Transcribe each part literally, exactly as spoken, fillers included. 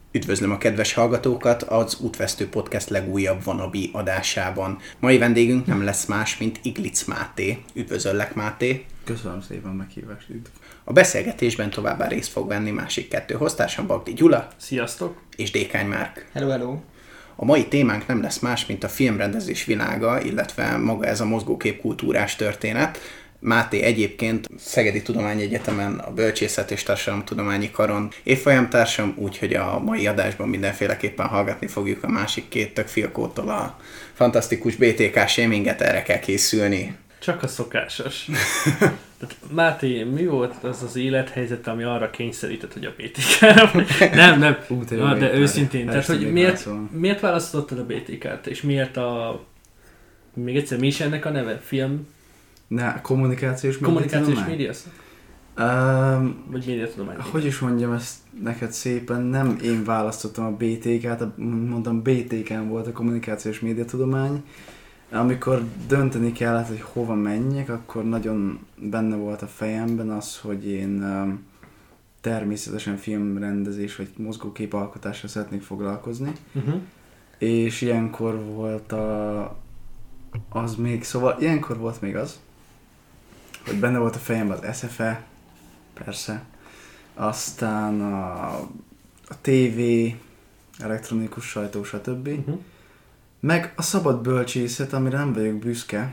Üdvözlöm a kedves hallgatókat az Útvesztő Podcast legújabb wannabe adásában. Mai vendégünk nem lesz más, mint Iglic Máté. Üdvözöllek, Máté! Köszönöm szépen a meghívást, üdv! A beszélgetésben továbbá részt fog venni másik kettő hoztársam, Bagdi Gyula. Sziasztok! És Dékány Márk. Hello, hello! A mai témánk nem lesz más, mint a filmrendezés világa, illetve maga ez a mozgóképkultúrás történet. Máté egyébként Szegedi Tudományegyetemen a Bölcsészet és Társadalomtudományi Karon évfolyamtársam, úgyhogy a mai adásban mindenféleképpen hallgatni fogjuk a másik két tök filkótól a fantasztikus bé té ká shaminget, erre kell készülni. Csak a szokásos. Tehát, Máté, mi volt az az élethelyzet, ami arra kényszerített, hogy a bé té ká... nem, nem, na, de őszintén. Tehát, hogy miért, miért választottad a bé té ká-t, és miért a... Még egyszer, mi is ennek a neve? Film... Ne, kommunikációs média. Kommunikációs média? Um, Vagy médiatudomány? Hogy is mondjam ezt neked szépen, nem én választottam a bé té ká-t, mondtam bé té ká-n volt a kommunikációs médiatudomány. Amikor dönteni kellett, hogy hova menjek, akkor nagyon benne volt a fejemben az, hogy én um, természetesen filmrendezés vagy mozgóképalkotással szeretnék foglalkozni. Uh-huh. És ilyenkor volt a, az még, szóval ilyenkor volt még az, hogy benne volt a fejemben az es ef e, persze, aztán a, a té vé, elektronikus sajtó, stb. Uh-huh. Meg a szabad bölcsészet, amire nem vagyok büszke,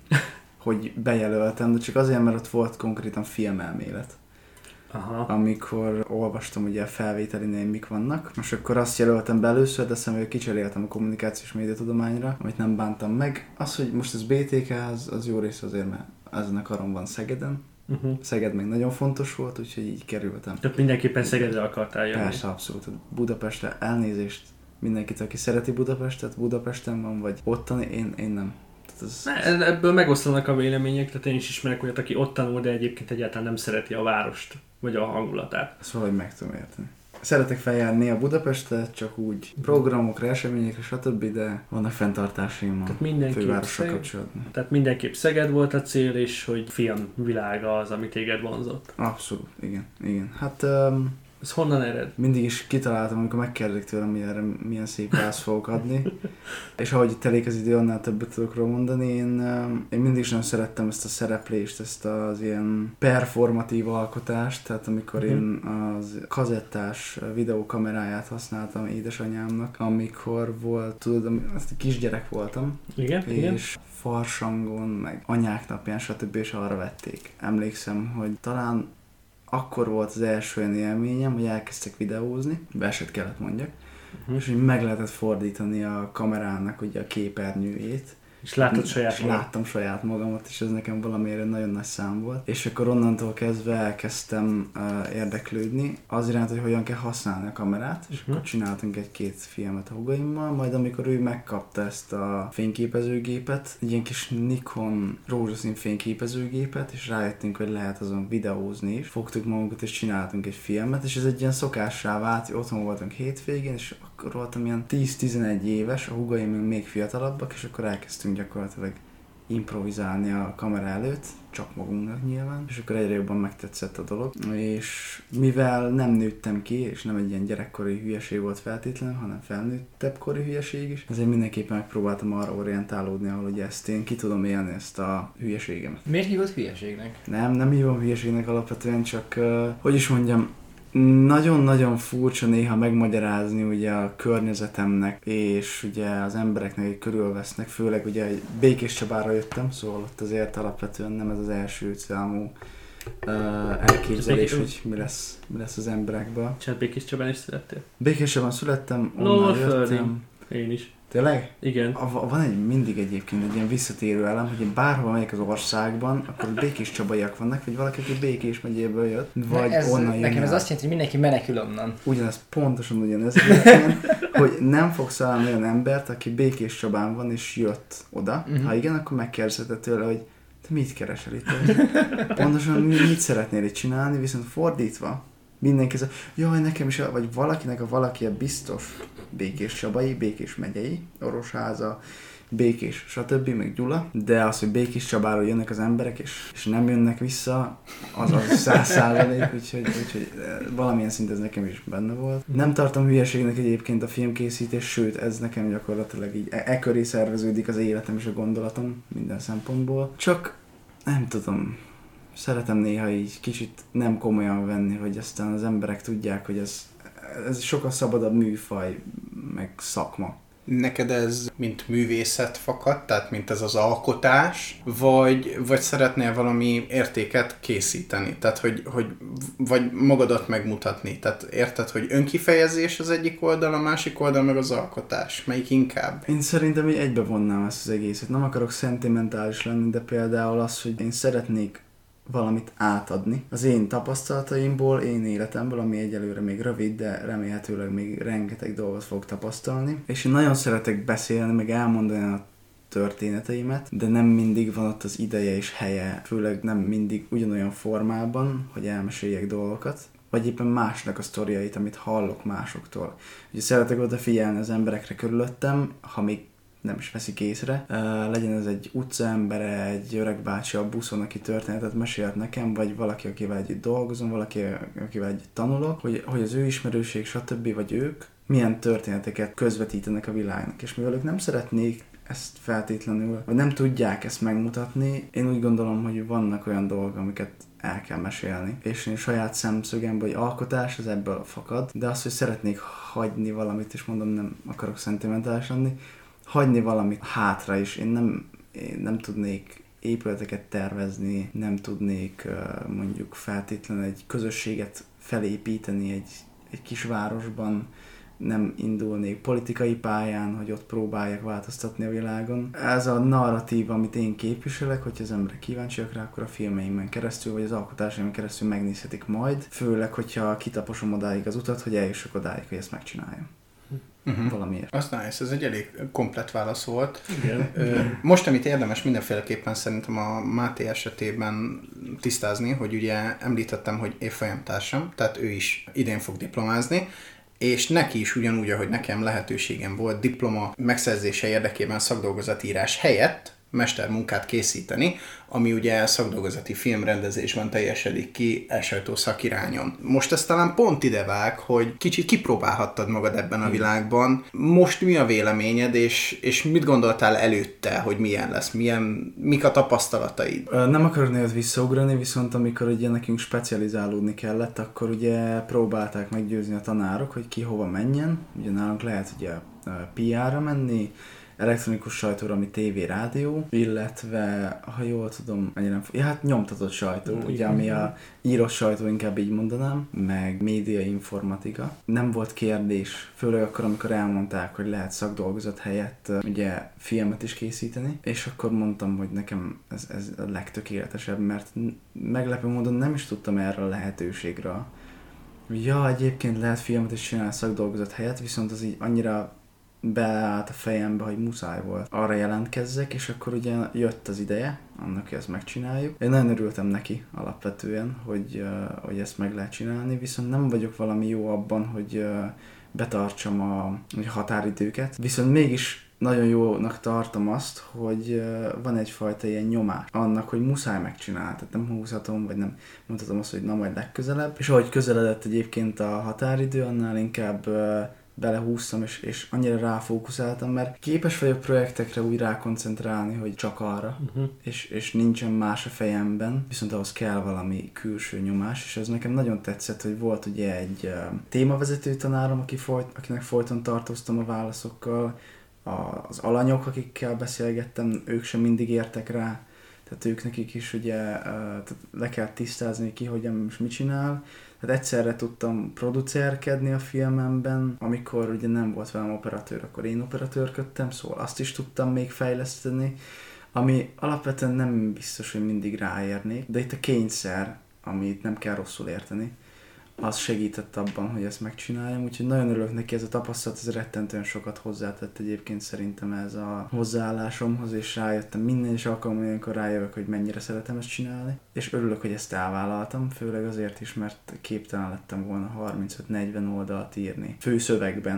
hogy bejelöltem, de csak azért, mert ott volt konkrétan filmelmélet. Aha. Amikor olvastam ugye a felvételinél mik vannak, most akkor azt jelöltem be először, de aztán hogy kicseréltem a kommunikációs médiatudományra, amit nem bántam meg. Az, hogy most ez bé té ká, az, az jó rész azért, mert ezen a karon van Szegeden. Uh-huh. Szeged még nagyon fontos volt, úgyhogy így kerültem. Tehát mindenképpen Szegedre akartál jönni. Persze, abszolút. Budapestre elnézést mindenkit, aki szereti Budapestet, Budapesten van, vagy ottani, én, én nem. Ez... Ne, ebből megoszlanak a vélemények, tehát én is ismerek olyat, aki ott tanul, de egyébként egyáltalán nem szereti a várost, vagy a hangulatát. Ezt valahogy meg tudom érteni. Szeretek feljárni a Budapestet, csak úgy programokra, eseményekre, stb., de vannak fenntartásaim a fővárossal kapcsolatban. Tehát mindenképp Szeged volt a cél, és hogy film világa az, ami téged vonzott. Abszolút, igen. igen. Hát... Um... Ez honnan ered? Mindig is kitaláltam, amikor megkérdezik tőlem, hogy erre milyen szép választ fogok adni. És ahogy itt telik az idő, annál többet tudok róla mondani. Én, én mindig is nagyon szerettem ezt a szereplést, ezt az ilyen performatív alkotást. Tehát amikor uh-huh. én az kazettás videókameráját használtam édesanyámnak, amikor volt, tudod, azt a kisgyerek voltam. Igen, és igen. Farsangon, meg anyák napján, stb. És arra vették. Emlékszem, hogy talán akkor volt az első olyan élményem, hogy elkezdtek videózni, verset kellett mondjak, uh-huh. és hogy meg lehetett fordítani a kamerának ugye a képernyőjét. És látod saját És láttam saját magamat, és ez nekem valamiért nagyon nagy szám volt. És akkor onnantól kezdve elkezdtem uh, érdeklődni az iránt, hogy hogyan kell használni a kamerát, és uh-huh. akkor csináltunk egy-két filmet a húgaimmal, majd amikor ő megkapta ezt a fényképezőgépet, egy ilyen kis Nikon rózsaszín fényképezőgépet, és rájöttünk, hogy lehet azon videózni is. Fogtuk magunkat, és csináltunk egy filmet, és ez egy ilyen szokássá vált, hogy otthon voltunk hétvégén, és akkor voltam ilyen tíz-tizenegy éves, a húgaim még fiatalabbak, és akkor elkezdtünk gyakorlatilag improvizálni a kamera előtt, csak magunknak nyilván, és akkor egyre jobban megtetszett a dolog. És mivel nem nőttem ki, és nem egy ilyen gyerekkori hülyeség volt feltétlenül, hanem felnőttebb kori hülyeség is, ezért mindenképpen megpróbáltam arra orientálódni, ahol ugye ezt én ki tudom élni, ezt a hülyeségemet. Miért hívod hülyeségnek? Nem, nem hívom hülyeségnek alapvetően, csak uh, hogy is mondjam, nagyon-nagyon furcsa néha megmagyarázni ugye a környezetemnek, és ugye az embereknek, akik körülvesznek, főleg ugye Békés Csabára jöttem, szóval ott azért alapvetően nem ez az első számú uh, elképzelés, hogy mi lesz, mi lesz az emberekből. Csak Békés Csabán is születtél? Békés Csabán születtem, onnan jöttem. Én is. Tényleg? Igen. A, van egy mindig egyébként egy ilyen visszatérő elem, hogy én bárhol megyek az országban, akkor Békés Csabaiak vannak, vagy valaki, aki Békés megyéből jött, vagy ez, onnan jön. Nekem ez azt jelenti, hogy mindenki menekül onnan. Ugyanez, pontosan ugyanez, hogy nem fogsz találni olyan embert, aki Békés Csabán van és jött oda. Uh-huh. Ha igen, akkor megkérdezheted tőle, hogy te mit keresel itt? Pontosan mit szeretnél itt csinálni, viszont fordítva. Mindenki az, jaj, nekem is, vagy valakinek a valaki biztos Békés Csabai, Békés megyei, Orosháza, Békés, stb. Meg Gyula, de az, hogy Békés Csabáról jönnek az emberek, és, és nem jönnek vissza, az az száz százalék, úgyhogy, úgyhogy valamilyen szint ez nekem is benne volt. Nem tartom hülyeségnek egyébként a filmkészítés, sőt, ez nekem gyakorlatilag így e, e köré szerveződik az életem és a gondolatom minden szempontból. Csak nem tudom, szeretem néha így kicsit nem komolyan venni, hogy aztán az emberek tudják, hogy ez, ez sokkal szabadabb műfaj, meg szakma. Neked ez mint művészet fakad, tehát mint ez az alkotás, vagy, vagy szeretnél valami értéket készíteni, tehát hogy, hogy vagy magadat megmutatni, tehát érted, hogy önkifejezés az egyik oldal, a másik oldal meg az alkotás, melyik inkább? Én szerintem, hogy egybe vonnám ezt az egészet, nem akarok szentimentális lenni, de például az, hogy én szeretnék valamit átadni. Az én tapasztalataimból, én életemből, ami egyelőre még rövid, de remélhetőleg még rengeteg dolgot fog tapasztalni. És én nagyon szeretek beszélni, meg elmondani a történeteimet, de nem mindig van ott az ideje és helye, főleg nem mindig ugyanolyan formában, hogy elmeséljek dolgokat, vagy éppen másnak a sztoriait, amit hallok másoktól. Ugye szeretek odafigyelni az emberekre körülöttem, ha még nem is veszik észre. Uh, legyen ez egy utcaembere, egy öreg bácsi a buszon, aki történetet mesélt nekem, vagy valaki, akivel együtt dolgozom, valaki, akivel együtt tanulok, hogy, hogy az ő ismerőség, stb. Vagy ők milyen történeteket közvetítenek a világnak. És mivel ők nem szeretnék ezt feltétlenül, vagy nem tudják ezt megmutatni, én úgy gondolom, hogy vannak olyan dolgok, amiket el kell mesélni. És én saját szemszögemben, hogy alkotás, az ebből fakad, de az, hogy szeretnék hagyni valamit, és mondom, nem akarok szentimentális lenni, hagyni valamit hátra is. Én nem, én nem tudnék épületeket tervezni, nem tudnék mondjuk feltétlenül egy közösséget felépíteni egy, egy kis városban, nem indulnék politikai pályán, hogy ott próbáljak változtatni a világon. Ez a narratív, amit én képviselek, hogyha az emberek kíváncsiak rá, akkor a filmeimben keresztül, vagy az alkotásaimon keresztül megnézhetik majd. Főleg, hogyha kitaposom odáig az utat, hogy eljussok odáig, hogy ezt megcsináljam. Uh-huh. Valamiért. Azt nice, ez egy elég komplett válasz volt. Igen. Most, amit érdemes mindenféleképpen szerintem a Máté esetében tisztázni, hogy ugye említettem, hogy évfolyamtársam, tehát ő is idén fog diplomázni, és neki is ugyanúgy, ahogy nekem lehetőségem volt diploma megszerzése érdekében szakdolgozatírás helyett mestermunkát készíteni, ami ugye szakdolgozati filmrendezésben teljesedik ki elsajtó szakirányon. Most ez talán pont idevág, hogy kicsit kipróbálhattad magad ebben a világban. Most mi a véleményed, és, és mit gondoltál előtte, hogy milyen lesz, milyen, mik a tapasztalataid? Nem akarok nagyon visszaugrani, viszont amikor ugye nekünk specializálódni kellett, akkor ugye próbálták meggyőzni a tanárok, hogy ki hova menjen. Ugye nálunk lehet ugye pé er-ra menni, elektronikus sajtóra, ami tévé, rádió, illetve, ha jól tudom, annyira, ja, hát nyomtatott sajtó, ugye, ami a írott sajtó, inkább így mondanám, meg média informatika. Nem volt kérdés, főleg akkor, amikor elmondták, hogy lehet szakdolgozat helyett ugye filmet is készíteni, és akkor mondtam, hogy nekem ez, ez a legtökéletesebb, mert meglepő módon nem is tudtam erre a lehetőségre. Ja, egyébként lehet filmet is csinálni szakdolgozat helyett, viszont az így annyira beállt a fejembe, hogy muszáj volt arra jelentkezzek, és akkor ugye jött az ideje annak, hogy ezt megcsináljuk. Én nagyon örültem neki alapvetően, hogy, uh, hogy ezt meg lehet csinálni, viszont nem vagyok valami jó abban, hogy uh, betartsam a, a határidőket, viszont mégis nagyon jónak tartom azt, hogy uh, van egyfajta ilyen nyomás annak, hogy muszáj megcsinálni, tehát nem húzhatom, vagy nem mondhatom azt, hogy na majd legközelebb. És ahogy közeledett egyébként a határidő, annál inkább uh, belehúztam, és, és annyira ráfókuszáltam, mert képes vagyok projektekre úgy rákoncentrálni, hogy csak arra, uh-huh. és, és nincsen más a fejemben, viszont ahhoz kell valami külső nyomás, és ez nekem nagyon tetszett, hogy volt ugye egy uh, témavezető tanárom, aki folyt, akinek folyton tartoztam a válaszokkal, a, az alanyok, akikkel beszélgettem, ők sem mindig értek rá, tehát ők nekik is ugye uh, tehát le kell tisztázni, ki hogyan most mit csinál. Tehát egyszerre tudtam producerkedni a filmemben, amikor ugye nem volt velem operatőr, akkor én operatőrködtem, szóval azt is tudtam még fejleszteni, ami alapvetően nem biztos, hogy mindig ráérnék, de itt a kényszer, amit nem kell rosszul érteni, az segített abban, hogy ezt megcsináljam, úgyhogy nagyon örülök neki, ez a tapasztalat, ez rettentően sokat hozzátett egyébként szerintem ez a hozzáállásomhoz, és rájöttem minden is alkalommal, amikor rájövök, hogy mennyire szeretem ezt csinálni, és örülök, hogy ezt elvállaltam, főleg azért is, mert képtelen lettem volna harmincöt-negyven oldalt írni főszövegben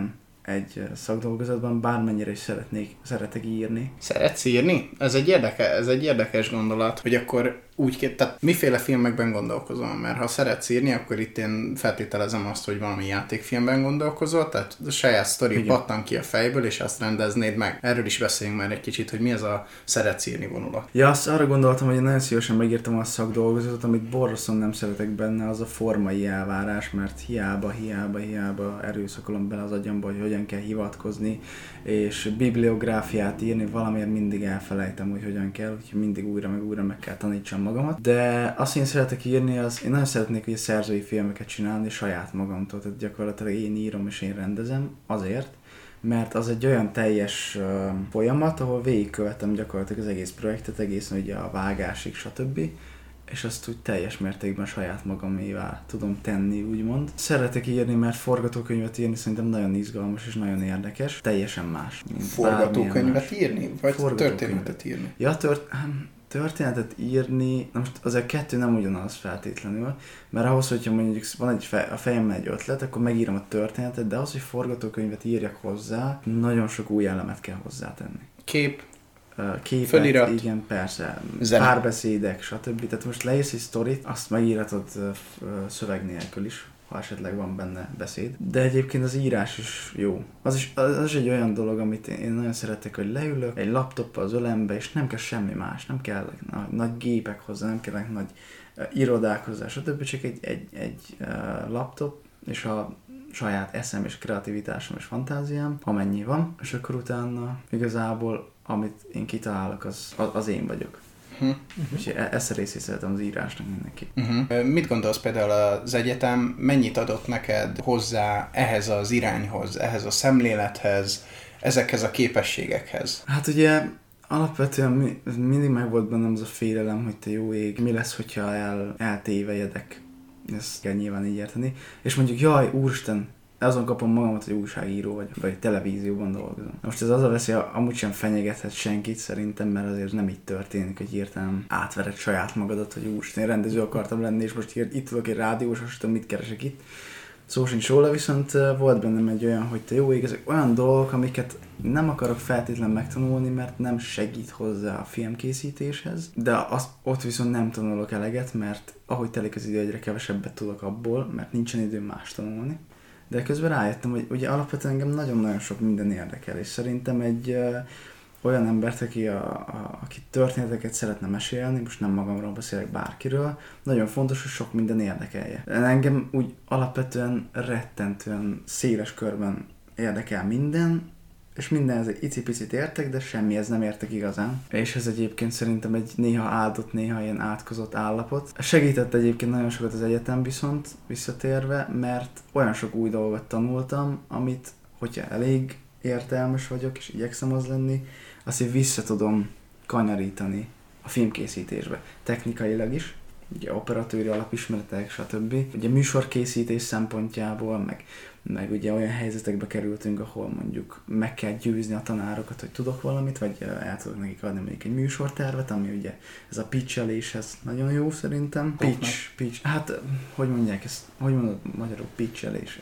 egy szakdolgozatban, bármennyire is szeretnék, szeretek írni. Szeretsz írni? Ez egy, érdeke, ez egy érdekes gondolat, hogy akkor úgy két, tehát miféle filmekben gondolkozom, mert ha szeretsz írni, akkor itt én feltételezem azt, hogy valami játékfilmben gondolkozol, tehát a saját sztori pattan ki a fejből, és azt rendeznéd meg. Erről is beszéljünk már egy kicsit, hogy mi ez a szeretsz írni vonulat. Ja, azt arra gondoltam, hogy én nagyon szívesen megírtam a szakdolgozatot, amit borzasztóan nem szeretek benne, az a formai elvárás, mert hiába, hiába, hiába erőszakolom bele az agyamba, hogy hogyan kell hivatkozni, és bibliográfiát írni, valamiért mindig elfelejtem, hogy hogyan kell, úgyhogy mindig újra meg újra meg kell tanítsam magamat. De azt, hogy én szeretek írni, az én nagyon szeretnék ugye szerzői filmeket csinálni saját magamtól, tehát gyakorlatilag én írom és én rendezem azért, mert az egy olyan teljes uh, folyamat, ahol végigkövetem gyakorlatilag az egész projektet, egészen ugye a vágásig, stb. És azt úgy teljes mértékben saját magamévá tudom tenni, úgymond. Szeretek írni, mert forgatókönyvet írni szerintem nagyon izgalmas és nagyon érdekes. Teljesen más, mint forgatókönyvet írni? Vagy történetet írni? Ja, tört... történetet írni, na most azért a kettő nem ugyanaz feltétlenül, mert ahhoz, hogyha mondjuk van egy fej, a fejemben egy ötlet, akkor megírom a történetet, de ahhoz, hogy forgatókönyvet írjak hozzá, nagyon sok új elemet kell hozzátenni. Kép, Képek, felirat, igen, persze, zene, párbeszédek, stb. Tehát most leírsz egy sztorit, azt megírhatod szöveg nélkül is, ha esetleg van benne beszéd. De egyébként az írás is jó. Az is, az is egy olyan dolog, amit én nagyon szeretek, hogy leülök egy laptoppal az ölembe, és nem kell semmi más, nem kell nagy, nagy gépek hozzá, nem kell nagy uh, irodák hozzá, stb. Csak egy, egy, egy uh, laptop, és a saját eszem és kreativitásom és fantáziám, amennyi van, és akkor utána igazából, amit én kitalálok, az, az, az én vagyok. Uh-huh. Úgyhogy ezt a részét szeretem az írásnak mindenki. Uh-huh. Mit gondolsz például az egyetem, mennyit adott neked hozzá ehhez az irányhoz, ehhez a szemlélethez, ezekhez a képességekhez? Hát ugye alapvetően mi, mindig meg volt bennem az a félelem, hogy te jó ég, mi lesz, hogyha el, eltévejedek. Ezt kell nyilván így érteni. És mondjuk, jaj, úristen, azon kapom magamat, hogy újságíró vagy, vagy televízióban dolgozom. Most ez az a veszély, amúgy sem fenyegethet senkit szerintem, mert azért nem így történik, hogy hirtelen átvered saját magadat, hogy úristen, én rendező akartam lenni, és most itt tudok egy rádiós, azt tudom, mit keresek itt. Szó sincs róla, viszont volt bennem egy olyan, hogy te jó ég, ezek olyan dolgok, amiket nem akarok feltétlenül megtanulni, mert nem segít hozzá a filmkészítéshez, de azt, ott viszont nem tanulok eleget, mert ahogy telik az idő, egyre kevesebbet tudok abból, mert nincsen idő más tanulni. De közben rájöttem, hogy ugye alapvetően engem nagyon-nagyon sok minden érdekel, és szerintem egy ö, olyan embert, aki, a, a, aki történeteket szeretne mesélni, most nem magamról beszélek, bárkiről, nagyon fontos, hogy sok minden érdekelje. Engem úgy alapvetően rettentően széles körben érdekel minden, és mindenhez egy icipicit értek, de semmihez nem értek igazán. És ez egyébként szerintem egy néha áldott, néha ilyen átkozott állapot. Segített egyébként nagyon sokat az egyetem viszont visszatérve, mert olyan sok új dolgot tanultam, amit, hogyha elég értelmes vagyok, és igyekszem az lenni, azt én vissza tudom kanyarítani a filmkészítésbe. Technikailag is, ugye operatőri alapismeretek, stb. Ugye műsorkészítés szempontjából, meg, meg ugye olyan helyzetekbe kerültünk, ahol mondjuk meg kell győzni a tanárokat, hogy tudok valamit, vagy el tudok nekik adni mondjuk egy műsortervet, ami ugye ez a pitcheléshez nagyon jó szerintem. Pitch, pitch, hát hogy mondják ezt, hogy mondod magyarul pitchelés?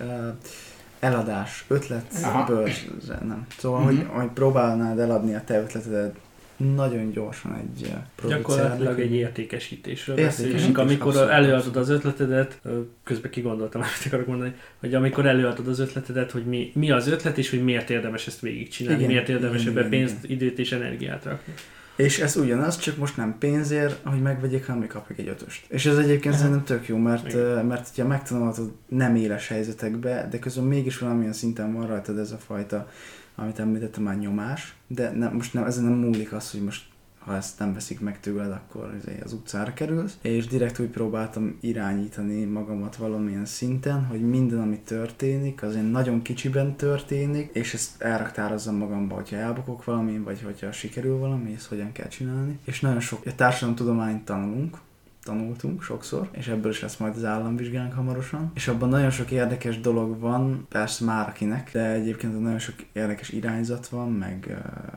Eladás, ötletből, nem. Szóval, uh-huh. hogy, hogy próbálnád eladni a te ötletedet nagyon gyorsan egy producernek. Gyakorlatilag egy értékesítésről beszélünk, amikor abszolút, előadod abszolút. az ötletedet, közben kigondoltam, amit akarok mondani, hogy amikor előadod az ötletedet, hogy mi, mi az ötlet, és hogy miért érdemes ezt végigcsinálni, igen, miért érdemes igen, ebbe pénzt, igen. időt és energiát rakni. És ez ugyanaz, csak most nem pénzért, hogy megvegyék, hanem hogy kapjuk egy ötöst. És ez egyébként uh-huh. szerintem tök jó, mert, uh, mert hogyha megtanulhatod nem éles helyzetekbe, de közben mégis valamilyen szinten van rajtad ez a fajta, amit említettem már nyomás, de nem, most nem, ezen nem múlik az, hogy most ha ezt nem veszik meg tőled, akkor az utcára kerülsz. És direkt úgy próbáltam irányítani magamat valamilyen szinten, hogy minden, ami történik, az én nagyon kicsiben történik, és ezt elraktározzam magamba, hogyha elbukok valamin, vagy hogyha sikerül valami, ezt hogyan kell csinálni. És nagyon sok a társadalomtudományt tanulunk, tanultunk sokszor, és ebből is lesz majd az államvizsgánk hamarosan. És abban nagyon sok érdekes dolog van, persze már akinek, de egyébként nagyon sok érdekes irányzat van, meg, meg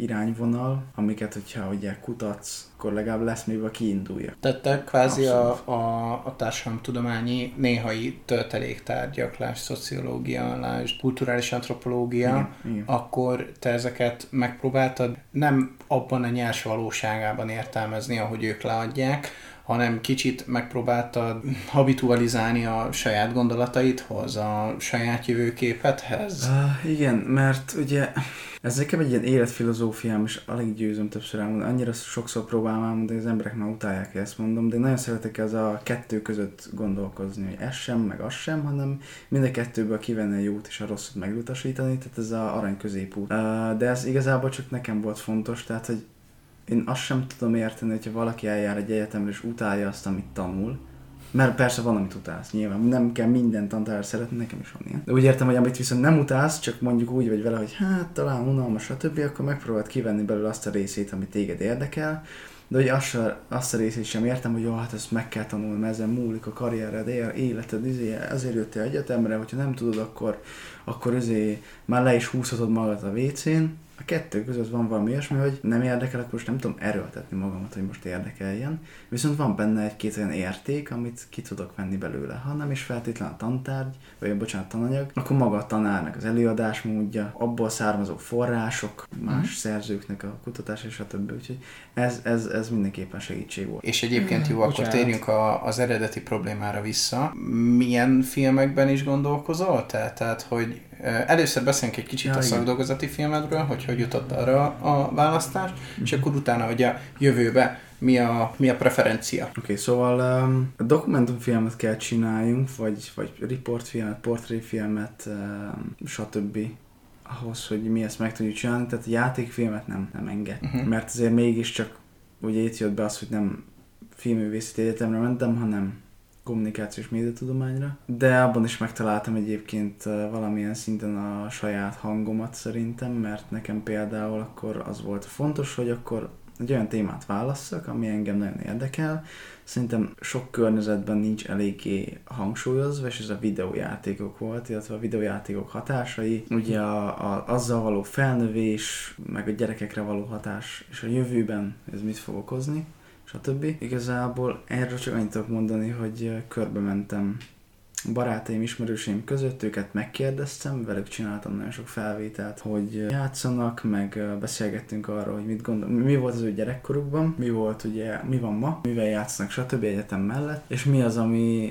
irányvonal, amiket, hogyha ugye kutatsz, akkor legalább lesz miből kiindulja. Tehát te kvázi a, a, a társadalomtudományi néhai tölteléktárgyak, lásd szociológia, lásd kulturális antropológia, igen, igen. Akkor te ezeket megpróbáltad nem abban a nyers valóságában értelmezni, ahogy ők leadják, hanem kicsit megpróbáltad habitualizálni a saját gondolataidhoz, a saját jövőképedhez? Uh, igen, mert ugye ez nekem egy ilyen életfilozófiám, és alig győzöm többször elmondani. Annyira sokszor próbálom elmondani, az emberek már utálják, hogy ezt mondom, de én nagyon szeretek ez a kettő között gondolkozni, hogy ez sem, meg az sem, hanem mind a kettőből kivenni a jót és a rosszat megutasítani, tehát ez az arany középút. Uh, de ez igazából csak nekem volt fontos, tehát hogy én azt sem tudom érteni, hogyha valaki eljár egy egyetemre és utálja azt, amit tanul. Mert persze van, amit utálsz, nyilván. Nem kell minden tantárgyat szeretni, nekem is van ilyen. De úgy értem, hogy amit viszont nem utálsz, csak mondjuk úgy vagy vele, hogy hát talán unalmas, stb., akkor megpróbáld kivenni belőle azt a részét, amit téged érdekel. De hogy azt a, azt a részét sem értem, hogy jó, hát ezt meg kell tanulni, mert ezen múlik a karriered, életed, ezért jöttél egyetemre, hogyha nem tudod, akkor, akkor ezért már le is húzhatod magad a vécén. A kettő között van valami olyasmi, hogy nem érdekel, akkor most nem tudom erőltetni magamat, hogy most érdekeljen. Viszont van benne egy-két olyan érték, amit ki tudok venni belőle. Ha nem is feltétlenül a tantárgy, vagy bocsánat, tananyag, akkor maga a tanárnak az előadásmódja, abból származó források, más mm. szerzőknek a kutatás és a többi. Úgyhogy ez, ez, ez mindenképpen segítség volt. És egyébként jó, akkor térjünk a, az eredeti problémára vissza. Milyen filmekben is gondolkozol te? Tehát, hogy először beszélünk egy kicsit ja, a szakdolgozati filmedről, hogy hogy jutott arra a választás, mm-hmm. és akkor utána, hogy a jövőbe mi a, mi a preferencia. Oké, okay, szóval um, a dokumentumfilmet kell csináljunk, vagy, vagy riportfilmet, portréfilmet, um, stb. Ahhoz, hogy mi ezt meg tudjuk csinálni, tehát a játékfilmet nem, nem enged. Uh-huh. Mert azért mégiscsak ugye itt jött be az, hogy nem filmművészeti egyetemre mentem, hanem kommunikációs médiatudományra, de abban is megtaláltam egyébként valamilyen szinten a saját hangomat szerintem, mert nekem például akkor az volt fontos, hogy akkor egy olyan témát válasszak, ami engem nagyon érdekel. Szerintem sok környezetben nincs eléggé hangsúlyozva, és ez a videójátékok volt, illetve a videójátékok hatásai, ugye a, a, azzal való felnövés, meg a gyerekekre való hatás, és a jövőben ez mit fog okozni, stb. Igazából erről csak annyit tudok mondani, hogy körbe mentem barátaim, ismerőseim között, őket megkérdeztem, velük csináltam nagyon sok felvételt, hogy játszanak, meg beszélgettünk arról, hogy mit gondol, mi volt az ő gyerekkorukban, mi volt ugye, mi van ma, mivel játszanak, stb. Egyetem mellett, és mi az, ami,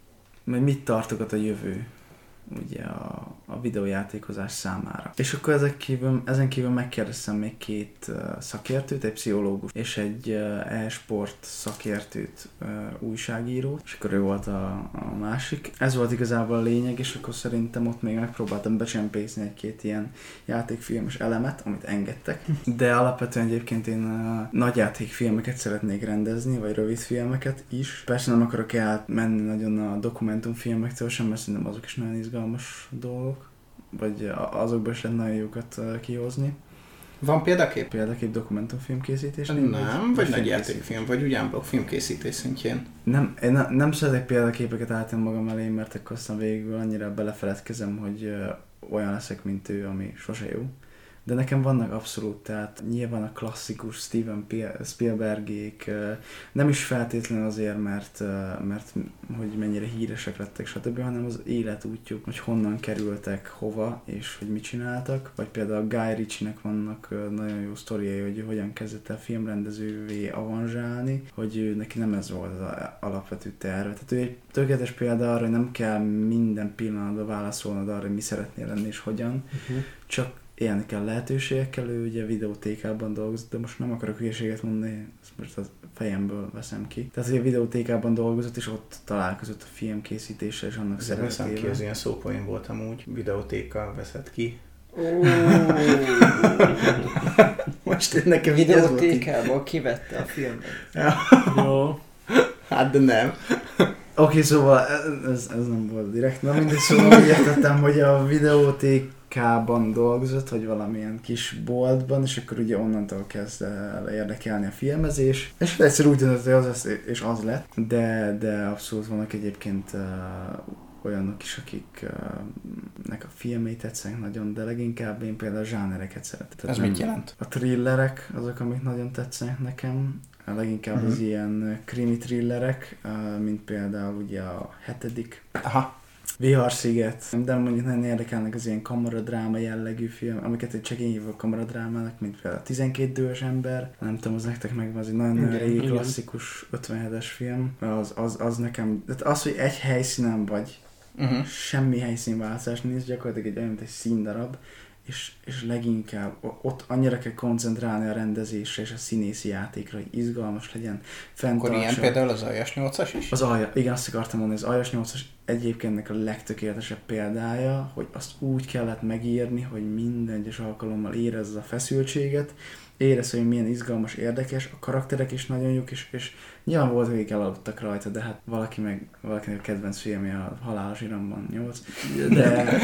mit tartogat a jövő ugye a, a videójátékozás számára. És akkor ezek kívül, ezen kívül megkérdeztem még két uh, szakértőt, egy pszichológus és egy uh, e-sport szakértőt, uh, újságírót, és akkor ő volt a, a másik. Ez volt igazából a lényeg, és akkor szerintem ott még megpróbáltam becsempészni egy-két ilyen játékfilmes elemet, amit engedtek. De alapvetően egyébként én uh, nagy játékfilmeket szeretnék rendezni, vagy rövid filmeket is. Persze nem akarok elmenni nagyon a dokumentumfilmektől sem, mert szerintem azok is nagyon izgalmas dolgok, vagy azokból is lehet nagyon jókat kihozni. Van példakép? Példakép dokumentumfilm készítés? Nem, vagy, vagy nagy játékfilm, vagy ugyanblokk filmkészítés szintjén. Nem, én ne, nem szeretek példaképeket állítani magam elé, mert akkor aztán végül annyira belefeledkezem, hogy olyan leszek, mint ő, ami sose jó. De nekem vannak abszolút, tehát nyilván a klasszikus Steven Spielbergék, nem is feltétlenül azért, mert, mert hogy mennyire híresek lettek, stb., hanem az életútjuk, hogy honnan kerültek, hova, és hogy mit csináltak. Vagy például Guy Ritchie-nek vannak nagyon jó sztoriai, hogy hogyan kezdett el filmrendezővé avanzsálni, hogy ő, neki nem ez volt az alapvető terve. Tehát ő egy tökéletes példa arra, hogy nem kell minden pillanatban válaszolnod arra, hogy mi szeretnél lenni és hogyan, uh-huh. csak élni kell lehetőségekkel, ő ugye videótékában dolgozott, de most nem akarok hülyeséget mondani, ezt most a fejemből veszem ki. Tehát ugye videótékában dolgozott, és ott találkozott a filmkészítéssel, és annak szeretetével. Veszem ki, az ilyen szópoén volt amúgy, videótéka veszed ki. Oh. Most nekem videótékából kivette a filmet. Jó. Hát de nem. Oké, okay, szóval ez, ez nem volt direkt, na mindegy, szóval úgy értettem, hogy a videóték K-ban dolgozott, vagy valamilyen kis boltban, és akkor ugye onnantól kezd el érdekelni a filmezés. És egyszer úgy döntött, hogy az lesz, és az lett, de, de abszolút vannak egyébként uh, olyanok is, akiknek uh, a filmei tetszenek nagyon, de leginkább én például a zsánereket szeretem. Ez mit jelent? A thrillerek azok, amik nagyon tetszenek nekem. Leginkább uh-huh. az ilyen krimi thrillerek, mint például ugye a hetedik. Aha. Viharsziget, de mondjuk nagyon érdekelnek az ilyen kamaradráma jellegű film, amiket egy csak én hívok kamaradrámának, mint például a tizenkét dühös ember. Nem tudom, az nektek megvan, az egy nagyon régi klasszikus ötvenhetes film. Az, az, az nekem, de az, hogy egy helyszínen vagy, uh-huh. semmi helyszínváltozás nincs, gyakorlatilag egy olyan, mint egy színdarab, és, és leginkább ott annyira kell koncentrálni a rendezésre és a színészi játékra, hogy izgalmas legyen, fenntartsa. Akkor ilyen például az Aljas nyolcas is? Az Alja, igen, azt akartam mondani, az Aljas nyolcas egyébként ennek a legtökéletesebb példája, hogy azt úgy kellett megírni, hogy minden egyes alkalommal érezz a feszültséget, érez, hogy milyen izgalmas, érdekes, a karakterek is nagyon jók, és, és nyilván volt, akik elaludtak rajta, de hát valaki meg, valakinek a kedvenc filmje a Halálos Iramban nyolc, de...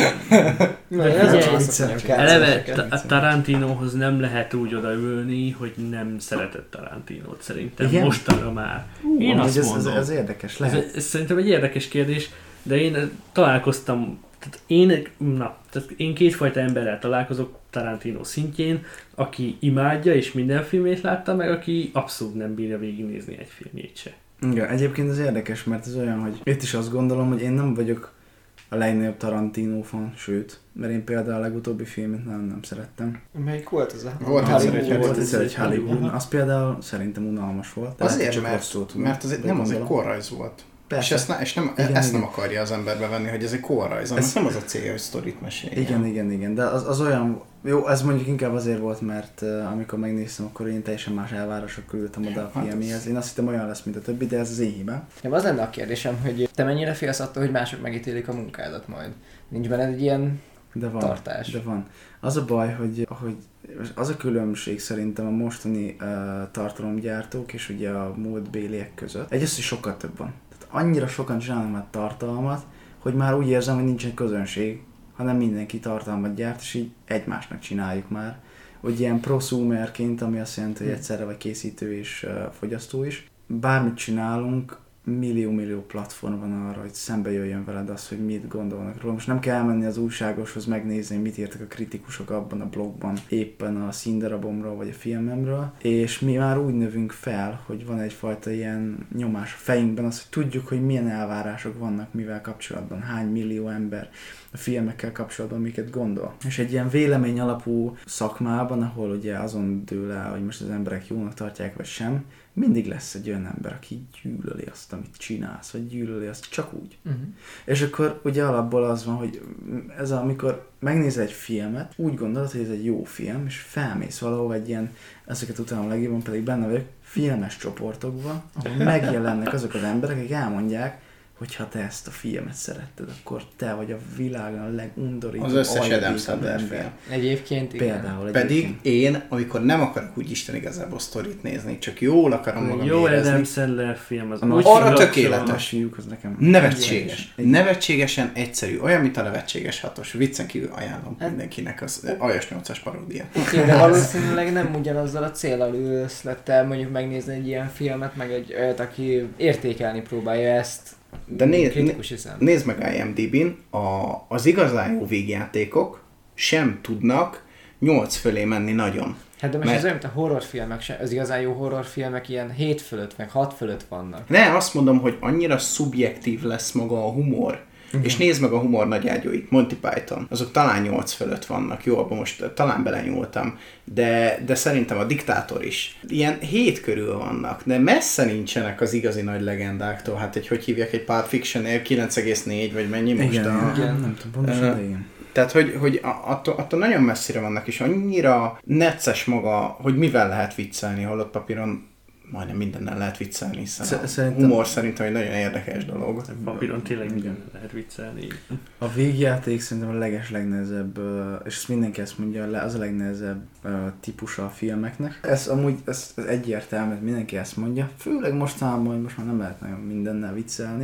Eleve a Tarantinohoz nem lehet úgy odaülni, hogy nem szeretett Tarantinót szerintem. Igen? Mostanra már. Uh, én azt ez, mondom. Ez, ez érdekes lehet. Ez, ez szerintem egy érdekes kérdés, de én találkoztam, tehát én, na, tehát én kétfajta emberrel találkozok Tarantino szintjén, aki imádja és minden filmét látta, meg aki abszolút nem bírja végignézni egy filmjét se. Igen, egyébként ez érdekes, mert ez olyan, hogy itt is azt gondolom, hogy én nem vagyok a legnagyobb Tarantino fan, sőt, mert én például a legutóbbi filmet nagyon nem szerettem. Melyik volt ez a Volt Hollywood? Volt ez egy Hollywood. Az például szerintem unalmas volt. Azért, mert, mert az egy, nem az egy korrajz volt. Persze. És, ezt, ne, és nem, igen, ezt igen. nem akarja az emberbe venni, hogy ez egy korrajz, ez nem az a célja, hogy sztorit meséljen. Igen, igen, igen, de az, az olyan, jó, ez mondjuk inkább azért volt, mert uh, amikor megnéztem, akkor én teljesen más elvárásokkal ültem oda a filmhez. Én azt hittem olyan lesz, mint a többi, de ez az én hibám. Ja, az lenne a kérdésem, hogy te mennyire félsz attól, hogy mások megítélik a munkádat majd? Nincs benned egy ilyen de van, tartás? De van. Az a baj, hogy, hogy az a különbség szerintem a mostani uh, tartalomgyártók és ugye a múltbéliek között. Egyrészt, hogy sokkal több van. Annyira sokan csinálnak már tartalmat, hogy már úgy érzem, hogy nincsen közönség, hanem mindenki tartalmat gyárt, és így egymásnak csináljuk már. Hogy ilyen prosumerként, ami azt jelenti, hogy egyszerre vagy készítő és uh, fogyasztó is. Bármit csinálunk, millió-millió platform van arra, hogy szembe jöjjön veled az, hogy mit gondolnak róla. Most nem kell elmenni az újságoshoz megnézni, mit írtak a kritikusok abban a blogban, éppen a színdarabomról vagy a filmemről, és mi már úgy növünk fel, hogy van egyfajta ilyen nyomás a fejünkben, az, hogy tudjuk, hogy milyen elvárások vannak mivel kapcsolatban, hány millió ember a filmekkel kapcsolatban miket gondol. És egy ilyen vélemény alapú szakmában, ahol ugye azon dől el, hogy most az emberek jónak tartják vagy sem, mindig lesz egy olyan ember, aki gyűlöli azt, amit csinálsz, vagy gyűlöli azt csak úgy. Uh-huh. És akkor ugye alapból az van, hogy ez amikor megnézel egy filmet, úgy gondolod, hogy ez egy jó film, és felmész valahol egy ilyen, ezeket utálom legjobban, pedig benne vagyok, filmes csoportokban, ahol megjelennek azok az emberek, akik elmondják, hogy ha te ezt a filmet szeretted, akkor te vagy a világon a legundorítóbb, az összes Adam Sandler film. Egyébként igen. Például Pedig egyébként. én, amikor nem akarok úgy Isten igazából sztorit nézni, csak jól akarom magam jó érezni. Jó Adam Sandler film az. Arra tökéletes. Az nekem Nevetséges. Nevetségesen egyszerű. Olyan, mint a Nevetséges hatos. Viccen kívül ajánlom hát, mindenkinek az Aljas nyolcas paródia. Okay, de valószínűleg nem ugyanazzal a céllal ülsz lett el mondjuk megnézni egy ilyen filmet, meg egy olyat, aki értékelni próbálja ezt. De nézd, nézd meg I M D B-n, a, az igazán jó végjátékok sem tudnak nyolc fölé menni nagyon. Hát de most mert... ez olyan, mint a horrorfilmek sem, az igazán jó horrorfilmek ilyen hét fölött, meg hat fölött vannak. Ne, azt mondom, hogy annyira szubjektív lesz maga a humor. Uh-huh. És nézd meg a humor nagyágyúit, Monty Python, azok talán nyolc fölött vannak, jó, abban most talán belenyúltam, de, de szerintem a Diktátor is. Ilyen hét körül vannak, de messze nincsenek az igazi nagy legendáktól, hát egy, hogy hívják egy Pulp Fiction-él kilenc egész négy, vagy mennyi most? Igen, a, igen, nem tudom, pontosan, uh, igen. Tehát, hogy, hogy attól, attól nagyon messzire vannak, és annyira necces maga, hogy mivel lehet viccelni, holott papíron majdnem mindennel lehet viccelni, hiszen a szerintem... humor szerintem egy nagyon érdekes dolog. Papíron tényleg minden lehet viccelni. A végjáték szerintem a leges legnehezebb, és ezt mindenki ezt mondja, az a legnehezebb típusa a filmeknek. Ez amúgy ez, ez egyértelmű, mindenki ezt mondja, főleg mostanában, most már nem lehet nagyon mindennel viccelni,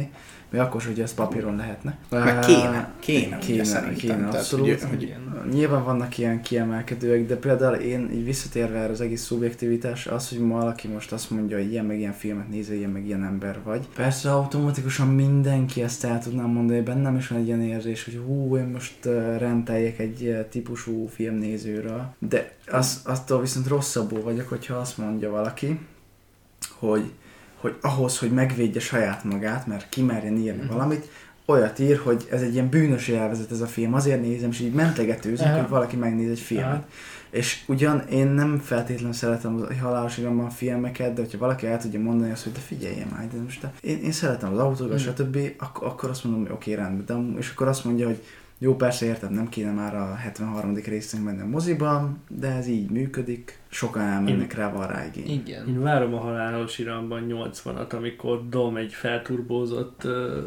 még akkor sem, hogy ez papíron lehetne. Meg kéne, kéne, kéne, kéne, kéne abszolút. Tehát, hogy, hogy nyilván vannak ilyen kiemelkedőek, de például én így visszatérve erre az egész szubjektivitás, az, hogy valaki most azt mondja, hogy ilyen meg ilyen filmet nézel, ilyen meg ilyen ember vagy. Persze automatikusan mindenki ezt el tudnám mondani, bennem is van egy ilyen érzés, hogy hú, én most rendeljek egy típusú filmnézőről, de az, attól viszont rosszabbul vagyok, hogyha azt mondja valaki, hogy, hogy ahhoz, hogy megvédje saját magát, mert kimerjen írni mm. valamit, olyat ír, hogy ez egy ilyen bűnös élvezet ez a film, azért nézem, és így mentegetőzünk, hogy valaki megnéz egy filmet. Aha. És ugyan én nem feltétlenül szeretem a halálos iramban filmeket, de hogyha valaki el tudja mondani azt, hogy de figyeljen már, de most én, én szeretem az autókat, mm. stb., akkor, akkor azt mondom, hogy oké, okay, rendben. De, és akkor azt mondja, hogy jó, persze értem, nem kéne már a hetvenharmadik részünk menni a moziban, de ez így működik, sokan elmennek rá, van rá igény. Igen. Én várom a halálos iramban nyolcvanat, amikor Dom egy felturbózott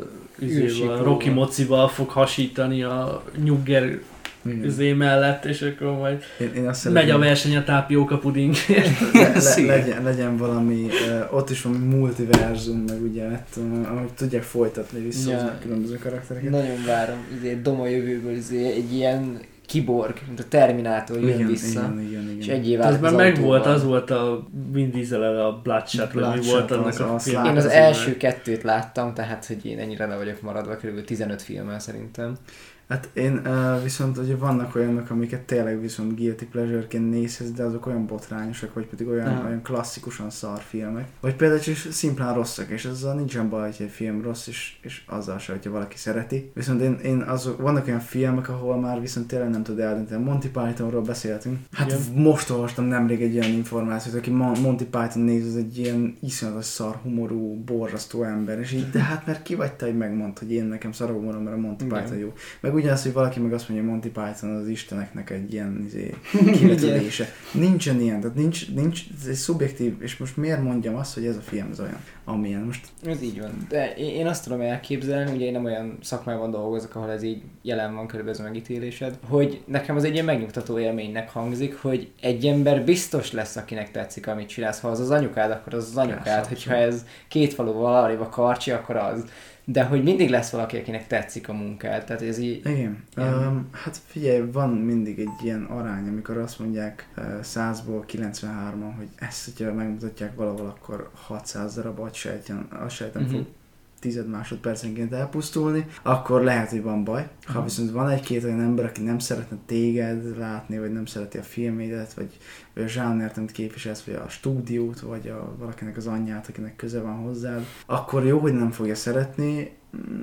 uh, Rocky mocival fog hasítani a nyugger üzé mellett, és akkor majd én, én azt megy a verseny a tápióka pudingért. Le, le, legyen, legyen valami, uh, ott is valami multiverzum, meg ugye, ahogy tudják folytatni vissza ja, a különböző karaktereket. Nagyon várom, izé, Dom a jövőből izé, egy ilyen kiborg, mint a Terminátor jön igen, vissza, igen, igen, igen. És egyé válik az, az már megvolt, az volt a Vin Diesel a Bloodshot, vagy mi volt annak a film. Én az első kettőt láttam, tehát hogy én ennyire le vagyok maradva, kb. tizenöt filmmel szerintem. Hát én uh, viszont ugye vannak olyanok, amiket tényleg viszont guilty pleasure-ként nézhez, de azok olyan botrányosak, vagy pedig olyan, uh-huh. olyan klasszikusan szar filmek. Vagy például csak szimplán rosszak, és azzal nincsen baj, hogy egy film rossz, és, és azzal se, hogyha valaki szereti. Viszont én, én azok, vannak olyan filmek, ahol már viszont tényleg nem tud eldönteni. Monty Pythonról beszéltünk. Hát igen. Most olvastam nemrég egy olyan információt, aki Monty Python néz, az egy ilyen iszonyatos szar humorú, borzasztó ember, és így, de hát mert ki vagy te, hogy megmond, hogy én nekem szar humorom, mert a Monty igen. Python jó. Meg ugyanaz, hogy valaki meg azt mondja, hogy Monty Python az isteneknek egy ilyen izé, kivetülése. Nincsen ilyen, tehát nincs, nincs, ez egy szubjektív, és most miért mondjam azt, hogy ez a film az olyan, amilyen most. Ez így van. De én azt tudom elképzelni, ugye én nem olyan szakmában dolgozok, ahol ez így jelen van körülbelül ez a megítélésed, hogy nekem az egy ilyen megnyugtató élménynek hangzik, hogy egy ember biztos lesz, akinek tetszik, amit csinálsz. Ha az az anyukád, akkor az az anyukád, hogyha ez két falu valahogy a Karcsi, akkor az. De hogy mindig lesz valaki, akinek tetszik a munkád, tehát ez így... Igen. Um, hát figyelj, van mindig egy ilyen arány, amikor azt mondják uh, százból kilencvenhárman, hogy ezt, hogyha megmutatják valahol, akkor hatszáz darab agysejten, agysejten uh-huh. fog tized másodpercenként elpusztulni, akkor lehet, hogy van baj. Ha uh-huh. viszont van egy-két olyan ember, aki nem szeretne téged látni, vagy nem szereti a filmédet, vagy, vagy a zsánert, amit képviselsz, vagy a stúdiót, vagy a, valakinek az anyját, akinek köze van hozzád, akkor jó, hogy nem fogja szeretni,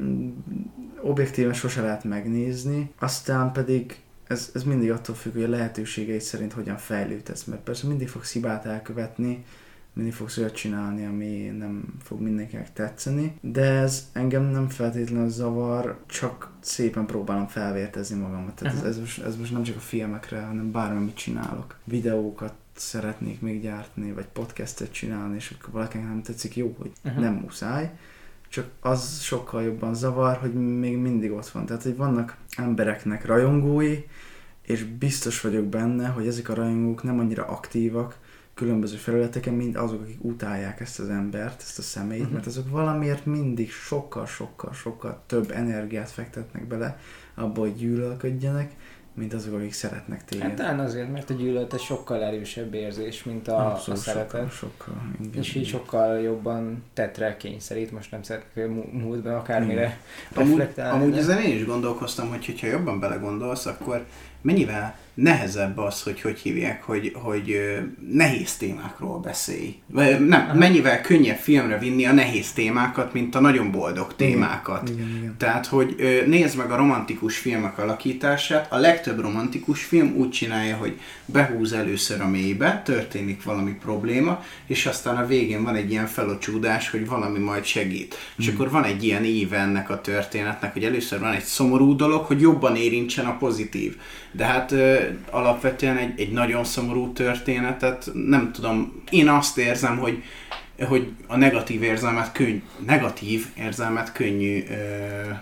objektíven sose lehet megnézni, aztán pedig ez, ez mindig attól függ, hogy a lehetőségeid szerint hogyan fejlődsz, mert persze mindig fogsz hibát elkövetni, mindig fogsz olyat csinálni, ami nem fog mindenkinek tetszeni, de ez engem nem feltétlenül zavar, csak szépen próbálom felvértezni magamat. Tehát ez, ez, most, ez most nem csak a filmekre, hanem bármit csinálok. Videókat szeretnék még gyártani, vagy podcastet csinálni, és akkor valakinek nem tetszik, jó, hogy uh-huh. nem muszáj, csak az sokkal jobban zavar, hogy még mindig ott van. Tehát, hogy vannak embereknek rajongói, és biztos vagyok benne, hogy ezek a rajongók nem annyira aktívak különböző felületeken, mint azok, akik utálják ezt az embert, ezt a személyt, uh-huh. mert azok valamiért mindig sokkal-sokkal-sokkal több energiát fektetnek bele abba, hogy gyűlölködjenek, mint azok, akik szeretnek téged. Hát talán azért, mert a gyűlölet egy sokkal erősebb érzés, mint a, a szeretet. Sokkal, sokkal, igen, és így igen. sokkal jobban tetre kényszerít, most nem szeretnék múltban akármire reflektálni. Amúgy ezen én is gondolkoztam, hogy hogyha jobban belegondolsz, akkor mennyivel nehezebb az, hogy hogy hívják, hogy, hogy nehéz témákról beszélj. Nem, mennyivel könnyebb filmre vinni a nehéz témákat, mint a nagyon boldog témákat. Igen, igen, igen. Tehát, hogy nézd meg a romantikus filmek alakítását, a legtöbb romantikus film úgy csinálja, hogy behúz először a mélybe, történik valami probléma, és aztán a végén van egy ilyen felocsúdás, hogy valami majd segít. Mm. És akkor van egy ilyen íve ennek a történetnek, hogy először van egy szomorú dolog, hogy jobban érintsen a pozitív. De hát alapvetően egy, egy nagyon szomorú történetet, nem tudom, én azt érzem, hogy, hogy a negatív érzelmet, könny, negatív érzelmet könnyű, ö,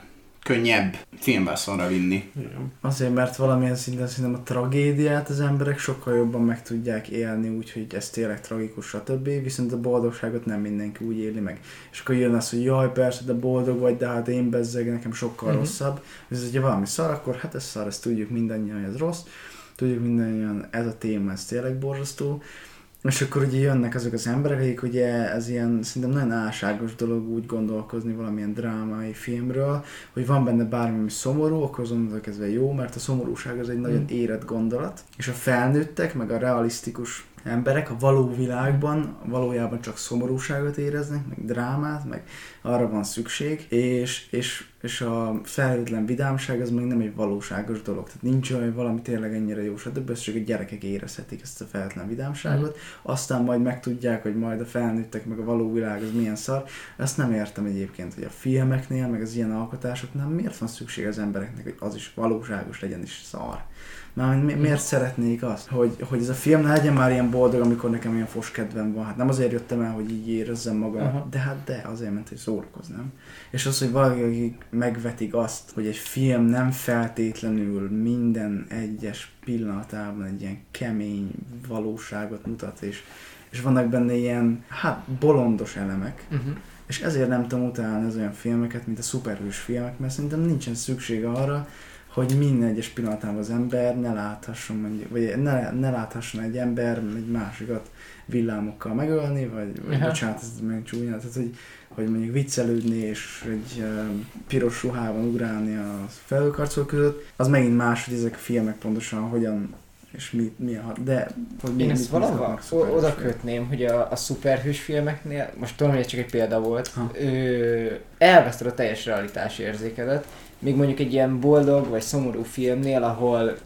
könnyebb filmvászonra vinni. Igen. Azért, mert valamilyen szinten szerintem a tragédiát az emberek sokkal jobban meg tudják élni, úgyhogy ez tényleg tragikus, stb. Viszont a boldogságot nem mindenki úgy éli meg. És akkor jön az, hogy jaj, persze, de boldog vagy, de hát én bezzeg, nekem sokkal uh-huh. rosszabb. Viszont, hogyha valami szar, akkor hát ez szar, ezt tudjuk mindannyian, hogy ez rossz. Tudjuk mindannyian, ez a téma, ez tényleg borzasztó. És akkor ugye jönnek azok az emberek, akik ugye ez ilyen szerintem nagyon álságos dolog úgy gondolkozni valamilyen drámai filmről, hogy van benne bármi, ami szomorú, akkor azonnal kezdve jó, mert a szomorúság az egy mm. nagyon érett gondolat. És a felnőttek, meg a realisztikus emberek a való világban valójában csak szomorúságot éreznek, meg drámát, meg arra van szükség, és, és, és a felhőtlen vidámság az még nem egy valóságos dolog. Tehát nincs olyan, hogy valami tényleg ennyire jó, stb. Ezt csak a gyerekek érezhetik ezt a felhőtlen vidámságot, mm. aztán majd megtudják, hogy majd a felnőttek, meg a való világ az milyen szar. Ezt nem értem egyébként, hogy a filmeknél, meg az ilyen alkotásoknál miért van szükség az embereknek, hogy az is valóságos legyen is szar. Már mi, miért szeretnék azt, hogy, hogy ez a film ne legyen már ilyen boldog, amikor nekem ilyen fos kedvem van. Hát nem azért jöttem el, hogy így érezzem magam, uh-huh. de hát de, azért ment, hogy szórakoznám. És az, hogy valaki megvetik azt, hogy egy film nem feltétlenül minden egyes pillanatában egy ilyen kemény valóságot mutat, és, és vannak benne ilyen, hát bolondos elemek. Uh-huh. És ezért nem tudom utálni az olyan filmeket, mint a szuperhős filmek, mert szerintem nincsen szükség arra, hogy minden egyes pillanatában az ember ne láthasson, mondjuk, vagy ne, ne láthasson egy ember egy másikat villámokkal megölni, vagy, vagy bocsánat, ez meg csúnya, tehát hogy, hogy mondjuk viccelődni és egy uh, piros ruhában ugrálni a felhőkarcolók között, az megint más, hogy ezek a filmek pontosan hogyan és mi, mi a... De... Hogy én ezt valahol oda kötném, hogy a, a szuperhős filmeknél, most tudom, hogy ez csak egy példa volt, ö, elveszted a teljes realitás érzékedet, még mondjuk egy ilyen boldog vagy szomorú filmnél, ahol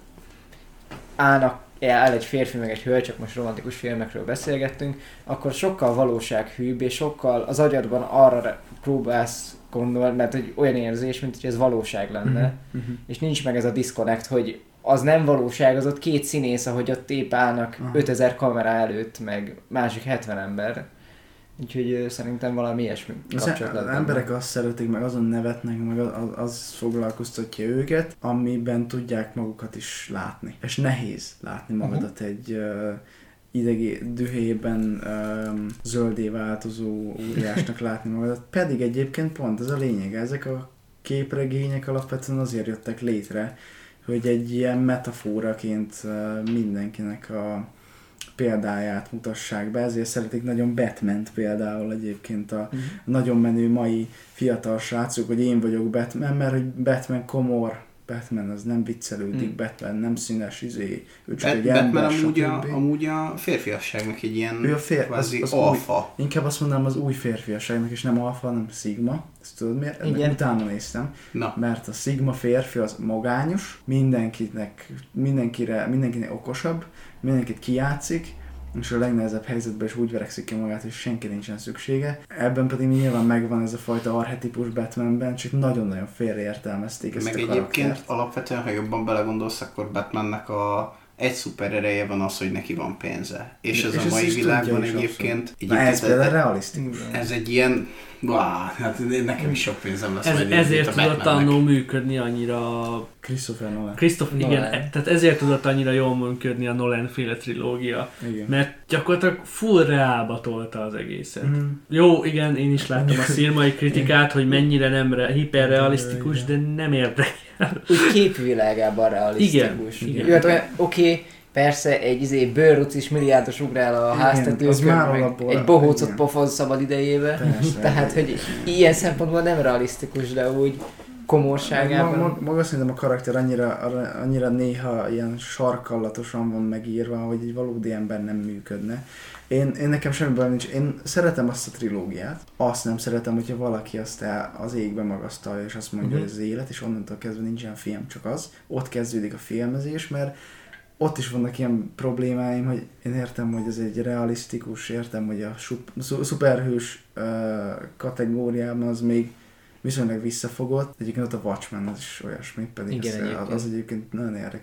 állnak, áll egy férfi meg egy hölgy, csak most romantikus filmekről beszélgettünk, akkor sokkal valósághűbb, és sokkal az agyadban arra próbálsz gondolni, mert egy olyan érzés, mint hogy ez valóság lenne, uh-huh. és nincs meg ez a disconnect, hogy az nem valóság, az ott két színész, ahogy ott épp állnak uh-huh. ötezer kamera előtt, meg másik hetven ember. Úgyhogy szerintem valami ilyesmi kapcsolat. Az emberek azt szeretik, meg azon nevetnek, meg az, az foglalkoztatja őket, amiben tudják magukat is látni. És nehéz látni magadat uh-huh. egy uh, idegi dühében um, zöldé változó óriásnak látni magadat. Pedig egyébként pont ez a lényeg. Ezek a képregények alapvetően azért jöttek létre, hogy egy ilyen metaforaként uh, mindenkinek a példáját mutassák be, ezért szeretik nagyon Batman-t például egyébként a uh-huh. nagyon menő mai fiatal srácok, hogy én vagyok Batman, mert hogy Batman komor, Batman az nem viccelődik, hmm. Batman nem színes, izé, ő csak Bat- egy ember, Batman amúgy a, amúgy a férfiasságnak egy ilyen ő a fér, kvázi az, az alfa. Új, inkább azt mondanám az új férfiasságnak, és nem alfa, hanem szigma. Ezt tudod miért? Ennek utána néztem. Na. Mert a szigma férfi az magányos, mindenkinek, mindenkire, mindenkinek okosabb, mindenkit kijátszik, és a legnehezebb helyzetben is úgy verekszik ki magát, hogy senki nincsen szüksége. Ebben pedig nyilván megvan ez a fajta archetipus Batmanben, csak nagyon-nagyon félreértelmezték ezt meg a karaktert. Meg egyébként alapvetően, ha jobban belegondolsz, akkor Batmannek a egy szuper ereje van az, hogy neki van pénze. És ez és a mai világban egyébként... Na ez például realisztikus. Ez egy ilyen... Vá, hát nekem is sok pénzem lesz. Ez, majd ezért tudott annó működni annyira... Christopher Nolan. Christopher, Nolan. Igen, tehát ezért tudott annyira jól működni a Nolan-féle trilógia. Igen. Mert gyakorlatilag full reálba tolta az egészet. Mm. Jó, igen, én is láttam a szirmai kritikát, hogy mennyire nem re- hiperrealisztikus, de nem érdekel. Úgy képvilágában realisztikus. Igen, igen. Oké, okay, persze egy izé bőrrucis milliárdos ugrál a háztetőkön, meg egy bohócot pofoz szabad idejébe. Persze, tehát, hogy ilyen szempontból nem realisztikus, de úgy komorságában. Maga, maga szerintem a karakter annyira, annyira néha ilyen sarkallatosan van megírva, hogy egy valódi ember nem működne. Én, én nekem semmi bajom nincs. Én szeretem azt a trilógiát. Azt nem szeretem, hogyha valaki azt el, az égbe magasztalja, és azt mondja, uh-huh. hogy ez az élet, és onnantól kezdve nincsen film, csak az. Ott kezdődik a filmezés, mert ott is vannak ilyen problémáim, hogy én értem, hogy ez egy realisztikus, értem, hogy a szuperhős uh, kategóriában az még viszonylag visszafogott. Egyébként ott a Watchmen az is olyasmi, pedig igen, az, az egyébként nagyon érdekes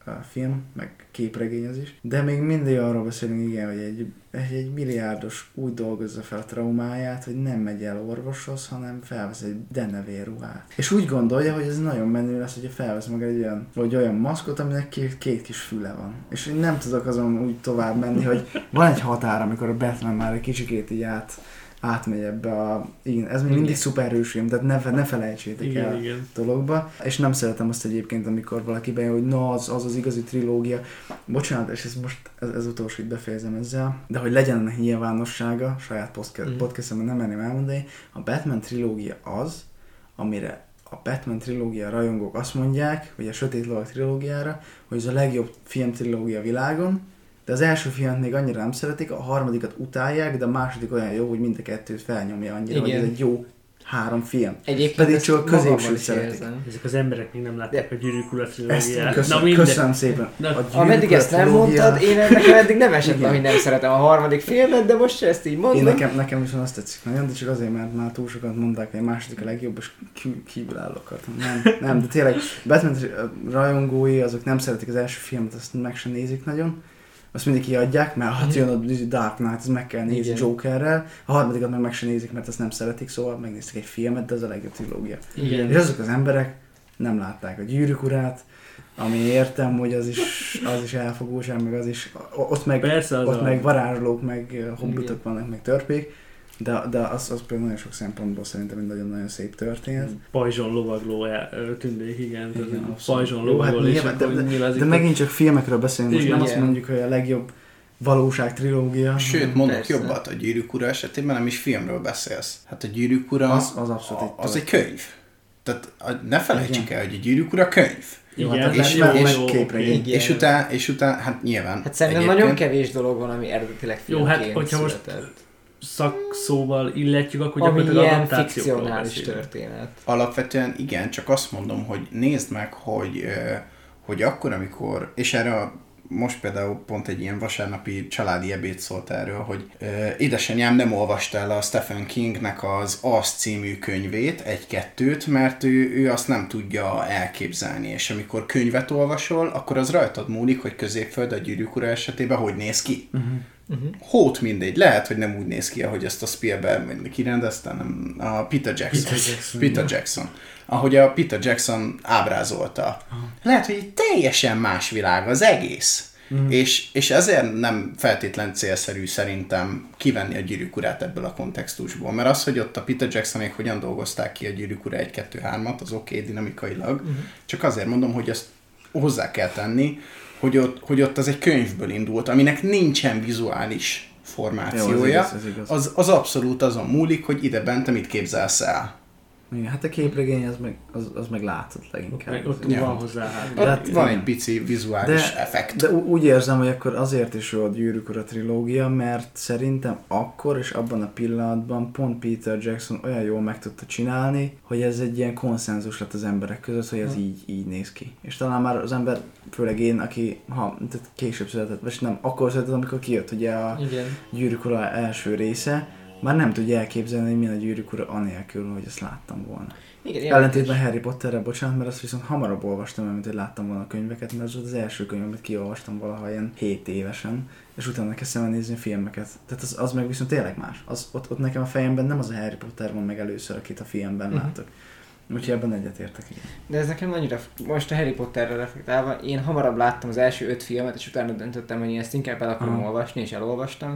a film, meg képregény az is. De még mindig arról beszélünk, igen, hogy egy, egy, egy milliárdos úgy dolgozza fel a traumáját, hogy nem megy el orvoshoz, hanem felvesz egy denevérruhát. És úgy gondolja, hogy ez nagyon menő lesz, hogyha felvesz meg egy olyan, vagy olyan maszkot, aminek két, két kis füle van. És én nem tudok azon úgy tovább menni, hogy van egy határ, amikor a Batman már egy kicsikét így át átmegy ebbe a... Igen, ez még mindig szuperhős film, tehát ne, ne felejtsétek igen, el igen. dologba. És nem szeretem azt egyébként, amikor valaki bejön, hogy na, az, az az igazi trilógia. Bocsánat, és ez most, ez, ez utolsó, itt befejezem ezzel, de hogy legyen ennek nyilvánossága, saját podcast, mm. podcastemben nem merném elmondani, a Batman trilógia az, amire a Batman trilógia rajongók azt mondják, hogy a Sötét Lovag trilógiára, hogy ez a legjobb film trilógia a világon, de az első filmet még annyira nem szeretik, a harmadikat utálják, de a második olyan jó, hogy mind a kettőt felnyomja annyira, igen. hogy ez egy jó három film. Egyébként pedig csak középsőt szeretik. Érzem. Ezek az emberek még nem látták de a Gyűrűk Ura trilógiát. Köszönöm, Na, köszönöm szépen. Ameddig ezt nem mondtad, én nekem eddig nem esett, hogy nem szeretem a harmadik filmet, de most ezt így mondom. Én nekem, nekem viszont azt tetszik nagyon, de csak azért, mert már túl sokat mondták, hogy a második a legjobb, és kívül állok akartam. Nem, nem, de tényleg Batman rajongói, azok nem szeretik az első filmet, azt meg sem nézik nagyon. Azt mindig kiadják, mert hát jön a Dark Knight, ezt meg kell nézni Jokerrel, a harmadikat meg meg sem nézik, mert azt nem szeretik, szóval megnéztek egy filmet, de ez a legjobb trilógia. Igen. És azok az emberek nem látták a Gyűrűk Urát, ami értem, hogy az is, az is elfogóság, meg az is, ott meg, Persze, az ott a... meg varázslók, meg hobbitok vannak, meg törpék, de, de az, az például nagyon sok szempontból szerintem egy nagyon-nagyon szép történet. Pajzson lovagló tündék, igen. igen pajzson lovagló, és hát de, de, de, de megint csak filmekről beszélünk, most igen, nem igen. azt mondjuk, hogy a legjobb valóság trilógia. Sőt, mondok Persze. jobbat, a Gyűrűk Ura esetében nem is filmről beszélsz. Hát a Gyűrűk Ura az, az, abszolút a, az egy könyv. Tehát ne felejtsük el, hogy a Gyűrűk Ura könyv. Igen, és, jó, és, jó, és, és, után, és után, hát nyilván. Hát szerintem nagyon kevés dolog van, ami eredetileg filmként jó, hát, hogyha született. Most szakszóval illetjük, akkor ami ilyen fikcionális történet. Alapvetően igen, csak azt mondom, hogy nézd meg, hogy, hogy akkor, amikor, és erre most például pont egy ilyen vasárnapi családi ebéd szólt erről, hogy édesanyám nem olvasta el a Stephen Kingnek az Az című könyvét, egy-kettőt, mert ő, ő azt nem tudja elképzelni, és amikor könyvet olvasol, akkor az rajtad múlik, hogy Középföld a Gyűrűk Ura esetében hogy néz ki. Uh-huh. Uh-huh. Hót mindegy, lehet, hogy nem úgy néz ki, ahogy ezt a Spielberg kirendezte, hanem a Peter Jackson. Peter Jackson. Peter Jackson. Ahogy a Peter Jackson ábrázolta. Uh-huh. Lehet, hogy egy teljesen más világ az egész. Uh-huh. És, és ezért nem feltétlen célszerű szerintem kivenni a Gyűrűk Urát ebből a kontextusból. Mert az, hogy ott a Peter Jacksonék hogyan dolgozták ki a Gyűrűk Ura egy kettő hármat, az oké, okay, dinamikailag. Uh-huh. Csak azért mondom, hogy azt hozzá kell tenni, hogy ott, hogy ott az egy könyvből indult, aminek nincsen vizuális formációja. Jó, ez igaz, ez igaz. Az, az abszolút azon múlik, hogy ide bent te mit képzelsz el. Igen, hát a képregény az meg, az, az meg látod leginkább. Ott, ott ja. van hozzá. Hát. Hát, van egy pici vizuális de, effekt. De úgy érzem, hogy akkor azért is jó a Gyűrűk Ura trilógia, mert szerintem akkor és abban a pillanatban pont Peter Jackson olyan jól meg tudta csinálni, hogy ez egy ilyen konszenzus lett az emberek között, hogy ez így, így néz ki. És talán már az ember, főleg én, aki ha, tehát később született, vagy nem, akkor született, amikor kijött ugye a Igen. Gyűrűk Ura első része, már nem tudja elképzelni, hogy milyen a Gyűrűk Ura anélkül, hogy ezt láttam volna. Igen, ellentétben Harry Potterrel, bocsánat, mert azt viszont hamarabb olvastam, mint hogy láttam volna a könyveket, mert az volt az első könyv, amit kiolvastam valaha ilyen hét évesen, és utána kezdtem el nézni a filmeket. Tehát az, az meg viszont tényleg más. Az, ott, ott nekem a fejemben nem az a Harry Potter van meg először, akit a filmben uh-huh. látok. Úgyhogy ebben egyetértek, igen. De ez nekem annyira, most a Harry Potterre reflektálva, én hamarabb láttam az első öt filmet, és utána döntöttem, hogy én ezt inkább el akarom uh-huh. olvasni, és elolvastam.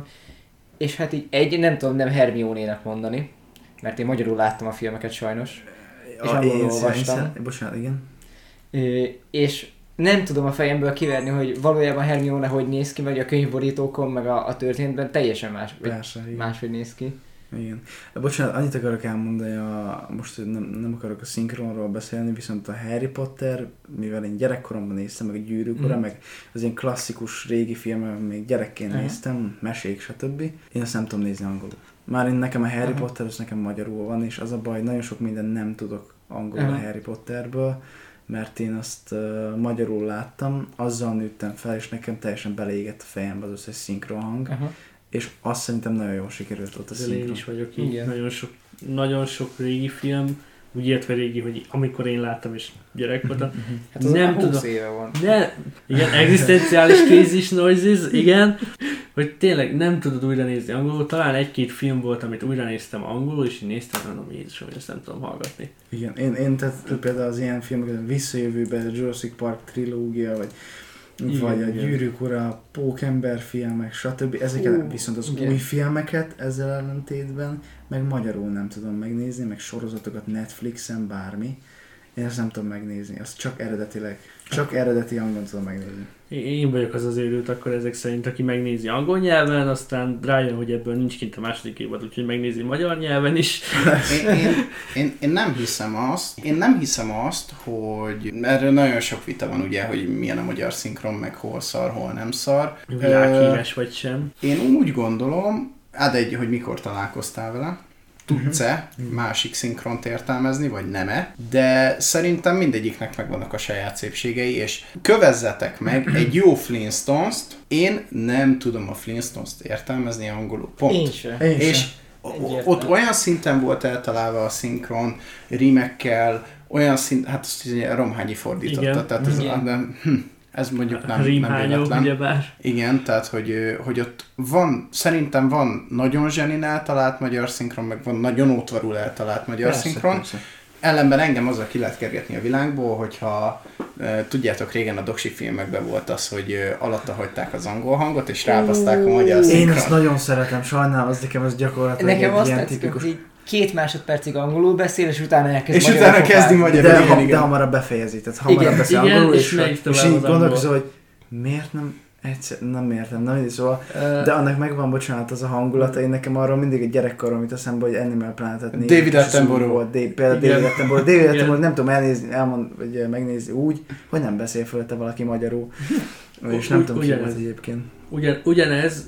És hát így egy, nem tudom, nem Hermione-nek mondani, mert én magyarul láttam a filmeket sajnos, és a, angolul olvastam. Én, bocsánat, igen. Ö, és nem tudom a fejemből kiverni, hogy valójában Hermione hogy néz ki, vagy a könyvborítókon, meg a, a történetben teljesen más, Persze, máshogy néz ki. Igen. Bocsánat, annyit akarok elmondani, a, most nem, nem akarok a szinkronról beszélni, viszont a Harry Potter, mivel én gyerekkoromban néztem, meg a Gyűrűk Ura, mm. meg az ilyen klasszikus régi filmek, még gyerekként uh-huh. néztem, mesék, stb. Én azt nem tudom nézni angolul. Már én nekem a Harry uh-huh. Potter, az nekem magyarul van, és az a baj, nagyon sok minden nem tudok angolul uh-huh. a Harry Potterből, mert én azt uh, magyarul láttam, azzal nőttem fel, és nekem teljesen beleégett a fejembe az összes szinkron hang. Uh-huh. És azt szerintem nagyon jól sikerült ott a szinkron. Én is vagyok így. Nagyon sok, nagyon sok régi film úgy értve régi, hogy amikor én láttam és gyerek voltam. Hát az nem tudom. húsz éve van. Ne, igen, existenciális krízis noises, igen, hogy tényleg nem tudod újra nézni angolul. Talán egy-két film volt, amit újra néztem angolul, és én néztem, mondom, Jézusom, hogy ezt nem tudom hallgatni. Igen, én, én tehát például az ilyen filmeket, Visszajövőben, a Jurassic Park trilógia, vagy igen, vagy a Gyűrűk ura, Pókember filmek, stb. Ezeket uh, viszont az igen. új filmeket ezzel ellentétben meg magyarul nem tudom megnézni, meg sorozatokat Netflixen, bármi. Én ezt nem tudom megnézni, azt csak eredetileg, csak eredeti angolon tudom megnézni. Én vagyok az az őrült akkor ezek szerint, aki megnézi angol nyelven, aztán rájön, hogy ebből nincs kint a második évad, úgyhogy megnézi magyar nyelven is. Én, én, én, én nem hiszem azt, én nem hiszem azt, hogy erről nagyon sok vita van ugye, hogy milyen a magyar szinkron, meg hol szar, hol nem szar. Világhíres vagy sem. Én úgy gondolom, hát egy, hogy mikor találkoztál vele, tudsz-e másik szinkront értelmezni, vagy nem-e, de szerintem mindegyiknek megvannak a saját szépségei, és kövezzetek meg egy jó Flintstones-t, én nem tudom a Flintstones-t értelmezni angolul, pont. Én sem. És ott olyan szinten volt eltalálva a szinkron, rímekkel, olyan szint, hát azt ugye Romhányi fordította, igen, tehát ez, nem, hm, ez mondjuk nem, nem véletlen. Igen, tehát hogy, hogy ott van, szerintem van nagyon zsenin eltalált magyar szinkron, meg van nagyon ótvarul eltalált magyar persze, szinkron. Persze. Ellenben engem azzal ki lehet kergetni a világból, hogyha e, tudjátok, régen a doksi filmekben volt az, hogy e, alatta hagyták az angol hangot, és rábaszták a magyar szinkron. Én ezt nagyon szeretem, sajnálom, az nekem ez gyakorlatilag nekem egy ilyen tipikus. Két másodpercig angolul beszél, és utána elkezd és utána kezdi magyarul. De, igen, igen. de hamarabb befejezi, tehát hamarabb beszél igen, angolul, és, és, és így gondolkozol, hogy miért nem egyszer, nem értem, nem így szóval, uh, de annak megvan, bocsánat, az a hangulata, én nekem arról mindig egy gyerekkorom jut eszembe, hogy Animal Planet-et nézni. David Attenborough volt, például David Attenborough. David Attenborough nem tudom elnézni, elmond, vagy megnézni úgy, hogy nem beszél fölötte valaki magyarul. És nem tudom, ki volt egyébként. Ugyan, ugyanez,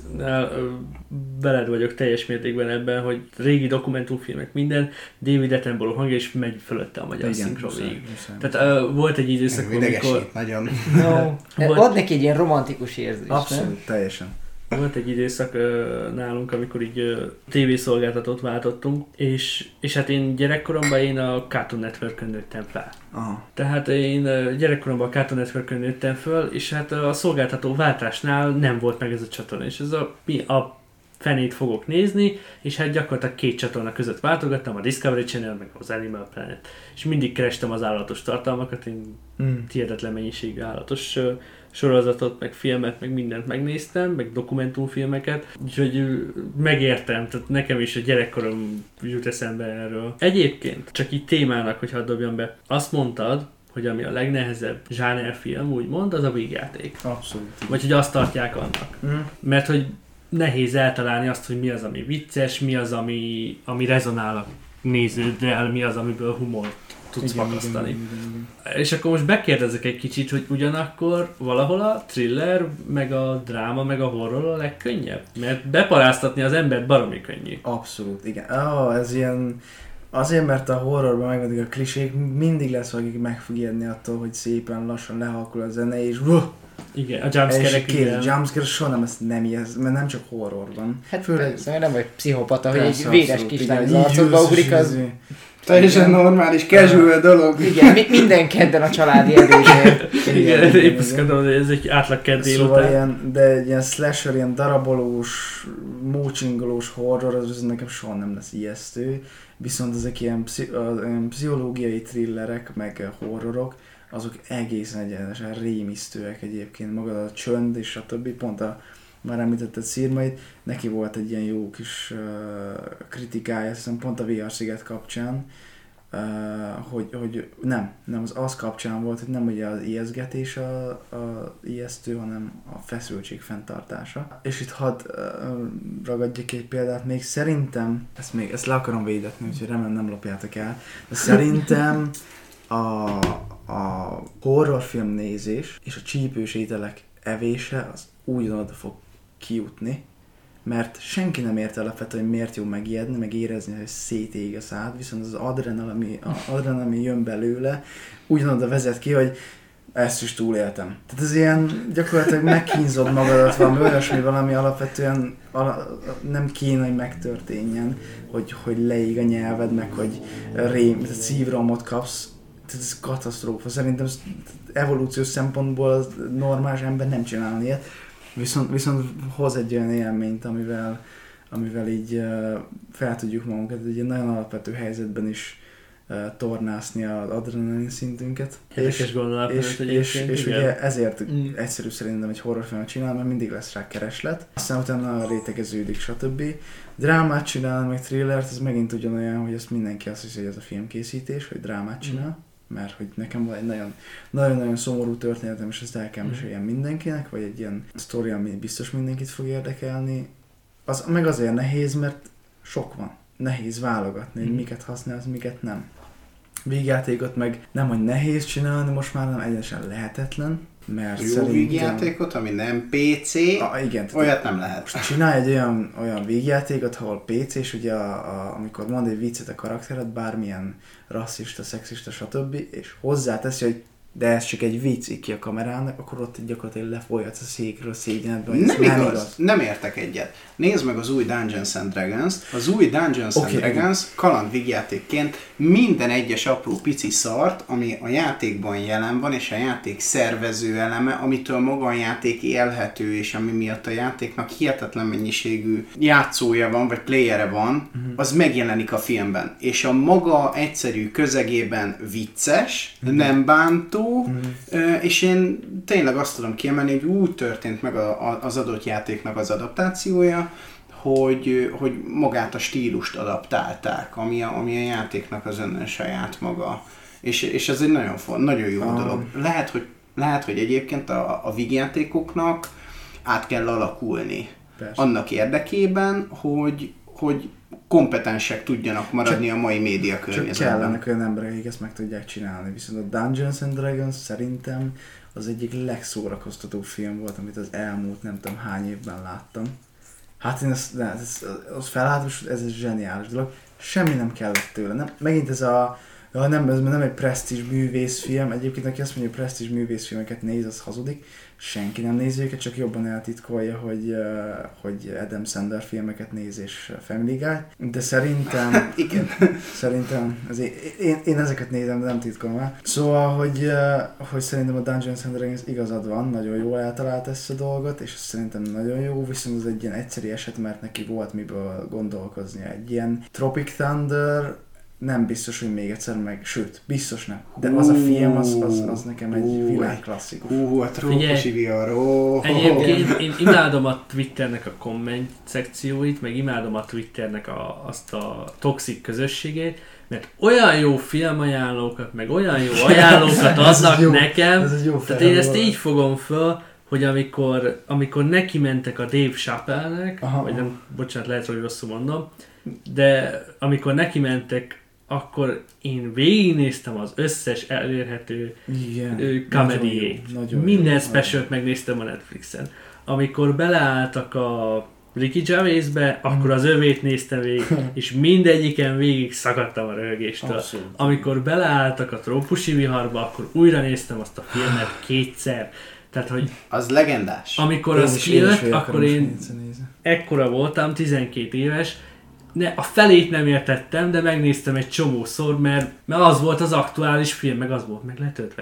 veled vagyok teljes mértékben ebben, hogy régi dokumentumfilmek minden, David Attenborough hangja, és megy fölötte a magyar szinkron végig. Tehát uh, volt egy időszak, amikor... nagyon. No. Volt... Ad neki egy ilyen romantikus érzés, abszolút, nem? Teljesen. Volt egy időszak uh, nálunk, amikor így uh, tévészolgáltatót váltottunk, és, és hát én gyerekkoromban én a Cartoon Networkön nőttem fel. Aha. Tehát én uh, gyerekkoromban a Cartoon Networkön nőttem föl, és hát a szolgáltató váltásnál nem volt meg ez a csatorna, és ez a, a fenét fogok nézni, és hát gyakorlatilag két csatorna között váltogattam, a Discovery Channel, meg az Animal Planet, és mindig kerestem az állatos tartalmakat, én mm. hihetetlen mennyiségű állatos uh, sorozatot, meg filmet, meg mindent megnéztem, meg dokumentumfilmeket, úgyhogy megértem, tehát nekem is a gyerekkorom jut eszembe erről. Egyébként, csak így témának, hogy hadd dobjam be, azt mondtad, hogy ami a legnehezebb zsánerfilm, úgymond, az a vígjáték. Abszolút. Vagy hogy azt tartják annak. Mm. Mert hogy nehéz eltalálni azt, hogy mi az, ami vicces, mi az, ami, ami rezonál a néződdel, mi az, amiből humor tudsz magasztani. És akkor most bekérdezek egy kicsit, hogy ugyanakkor valahol a thriller, meg a dráma, meg a horror a legkönnyebb? Mert beparáztatni az embert baromi könnyű. Abszolút, igen. Oh, ez ilyen... Azért, mert a horrorban megvannak a klisék, mindig lesz, akik meg fog ijedni attól, hogy szépen lassan lehalkul a zene, és uh, igen, a jumpscare-ek igen. A jumpscare soha nem ezt nem ijesz, mert nem csak horrorban. Hát főleg, szóval nem vagy pszicholopata, hogy egy véres kislány az arcodba ugrik, az... Teljesen normális, casual dolog. Igen, mi, minden kedden a családi edésnél. Igen, épp azt gondolom, hogy ez egy átlag kedd délután. Szóval ilyen, de egy ilyen slasher, ilyen darabolós, mócsingolós horror, az, az nekem soha nem lesz ijesztő. Viszont ezek ilyen, pszi, ilyen pszichológiai thrillerek, meg horrorok, azok egészen egyenesen rémisztőek egyébként. Maga a csönd és a többi, pont a már említetted Szirmait, neki volt egy ilyen jó kis uh, kritikája, hiszem pont a vé er sziget kapcsán, uh, hogy, hogy nem, nem az az kapcsán volt, hogy nem ugye az ijesztgetés a, a ijesztő, hanem a feszültség fenntartása. És itt hadd uh, ragadjak egy példát, még szerintem, ezt még ezt le akarom védetni, úgyhogy remélem nem lopjátok el, de szerintem a, a horrorfilm nézés és a csípős ételek evése az ugyanoda fog kijutni, mert senki nem ért alapvetően, hogy miért jó megijedni, meg érezni, hogy szétég a szád, viszont az adrenalin, ami, adrenalin, ami jön belőle, ugyanoda vezet ki, hogy ezt is túléltem. Tehát ez ilyen gyakorlatilag megkínzod magadat valami olyasmi, valami alapvetően ala, nem kéne, hogy megtörténjen, hogy, hogy leég a nyelved, meg hogy rém, szívromot kapsz. Tehát ez katasztrófa. Szerintem evolúciós szempontból az normális ember nem csinálni ilyet. Viszont, viszont hoz egy olyan élményt, amivel, amivel így uh, fel tudjuk magunkat egy nagyon alapvető helyzetben is uh, tornászni az adrenalin szintünket. És, és, és, és, és ugye ezért mm. egyszerű szerintem egy horrorfilmet csinálni, mert mindig lesz rá kereslet. Aztán utána rétegeződik, stb. Drámát csinálni, meg thrillert, ez megint ugyanolyan, hogy ezt mindenki azt hiszi, hogy ez a filmkészítés, hogy drámát csinál. Mm. Mert hogy nekem van egy nagyon, nagyon-nagyon szomorú történetem, és ezt el kell meséljem mindenkinek, vagy egy ilyen sztori, ami biztos mindenkit fog érdekelni. Az, meg azért nehéz, mert sok van. Nehéz válogatni, hogy miket használsz, miket nem. Vígjátékot meg nem, hogy nehéz csinálni, most már nem egyenesen lehetetlen. Mert jó szerintem... vígjátékot, ami nem pé cé, ah, igen, olyat nem lehet. Most csinálj egy olyan, olyan vígjátékot, ahol pé cés, ugye a, a, amikor mond egy viccet a karaktered, bármilyen rasszista, szexista, stb. És hozzáteszi, hogy de ez csak egy vicc ki a kamerának, akkor ott gyakorlatilag lefolyhatsz a székről, a szégyenedben, hogy nem, nem igaz, igaz. Nem értek egyet. Nézd meg az új Dungeons and Dragons-t. Az új Dungeons okay, and Dragons kalandvígjátékként minden egyes apró pici szart, ami a játékban jelen van, és a játék szervező eleme, amitől maga a játék élhető, és ami miatt a játéknak hihetetlen mennyiségű játszója van, vagy playere van, uh-huh. az megjelenik a filmben. És a maga egyszerű közegében vicces, uh-huh. nem bántó, Mm. és én tényleg azt tudom kiemelni, hogy úgy történt meg a, a, az adott játéknak az adaptációja, hogy, hogy magát a stílust adaptálták, ami a, ami a játéknak az önnön saját maga. És, és ez egy nagyon, nagyon jó ah. dolog. Lehet, hogy, lehet, hogy egyébként a, a vígjátékoknak át kell alakulni. Persze. Annak érdekében, hogy, hogy kompetensek tudjanak maradni csak, a mai média környezetben. Csak kellenek olyan emberek, akik ezt meg tudják csinálni. Viszont a Dungeons and Dragons szerintem az egyik legszórakoztatóbb film volt, amit az elmúlt nem tudom hány évben láttam. Hát én ezt, ne, ez, az felhátos, ez egy zseniális dolog. Semmi nem kellett tőle. Nem, megint ez a ja, nem, ez nem egy presztízs művészfilm. Egyébként aki azt mondja, hogy presztízs művészfilmeket néz, az hazudik. Senki nem nézi őket, csak jobban eltitkolja, hogy, uh, hogy Adam Sandler filmeket néz és Family Guy. De szerintem... Igen. Szerintem... Az én, én, én ezeket nézem, de nem titkolom el. Szóval, hogy, uh, hogy szerintem a Dungeons and Dragons igazad van, nagyon jól eltalált ezt a dolgot, és szerintem nagyon jó, viszont ez egy ilyen egyszerű eset, mert neki volt miből gondolkoznia. Egy ilyen Tropic Thunder... Nem biztos, hogy még egyszer meg, sőt, biztos nem. De az a film, az, az, az nekem egy világklasszikus. Hú, a trópusi vihar, ó. Egyébként én imádom a Twitternek a komment szekcióit, meg imádom a Twitternek a, azt a toxik közösségét, mert olyan jó filmajánlókat, meg olyan jó ajánlókat adnak jó, nekem, tehát én ezt így fogom föl, hogy amikor, amikor neki mentek a Dave Chappelle-nek, aha, vagy nem, bocsánat, lehet, hogy rosszul mondom, de amikor neki mentek, akkor én végignéztem az összes elérhető comedy-ét. Minden specialt megnéztem a Netflixen. Amikor beleálltak a Ricky Gervaisbe, akkor az övét néztem végig, és mindegyiken végig szakadtam a röhögéstől. Abszolút. Amikor beleálltak a Trópusi viharba, akkor újra néztem azt a filmet kétszer. Tehát, hogy az legendás. Amikor én az kijött, akkor én ekkora voltam, tizenkét éves, ne, a felét nem értettem, de megnéztem egy csomószor, mert, mert az volt az aktuális film, meg az volt meg letöltve,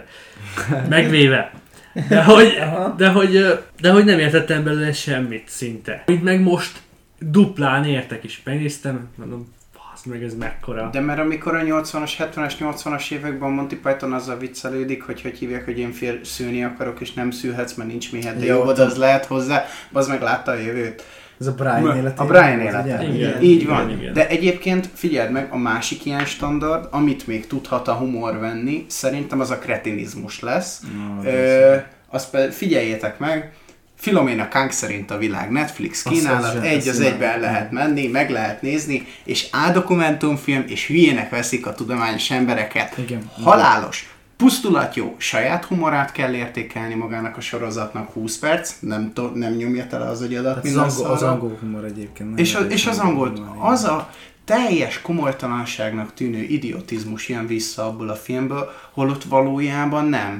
megvéve. De hogy, de, hogy, de hogy nem értettem belőle semmit szinte. Mint meg most duplán értek is. Megnéztem, mondom, fasz meg ez mekkora. De mert amikor a nyolcvanas, hetvenes, nyolcvanas években Monty Python azzal viccelődik, hogy hogy hívják, hogy én fél szülni akarok, és nem szülhetsz, mert nincs mihet, de jobbod az lehet hozzá, az meg látta a jövőt. Ez a Brian élet. A Brian élet. Így igen, van. Igen, igen. De egyébként figyeld meg, a másik ilyen standard, amit még tudhat a humor venni, szerintem az a kretinizmus lesz. No, Ö, azt pe- figyeljétek meg, Philomena Kang szerint a világ Netflix kínálat, egy az egyben lehet menni, meg lehet nézni, és áldokumentumfilm, és hülyének veszik a tudományos embereket. Igen. Halálos. Pusztulat jó, saját humorát kell értékelni magának a sorozatnak, húsz perc, nem, to- nem nyomja tele az agyadat hát minden az, angol, az angol humor egyébként. És, a, és az angol, az a teljes komolytalanságnak tűnő idiotizmus jön vissza abból a filmből, holott valójában nem.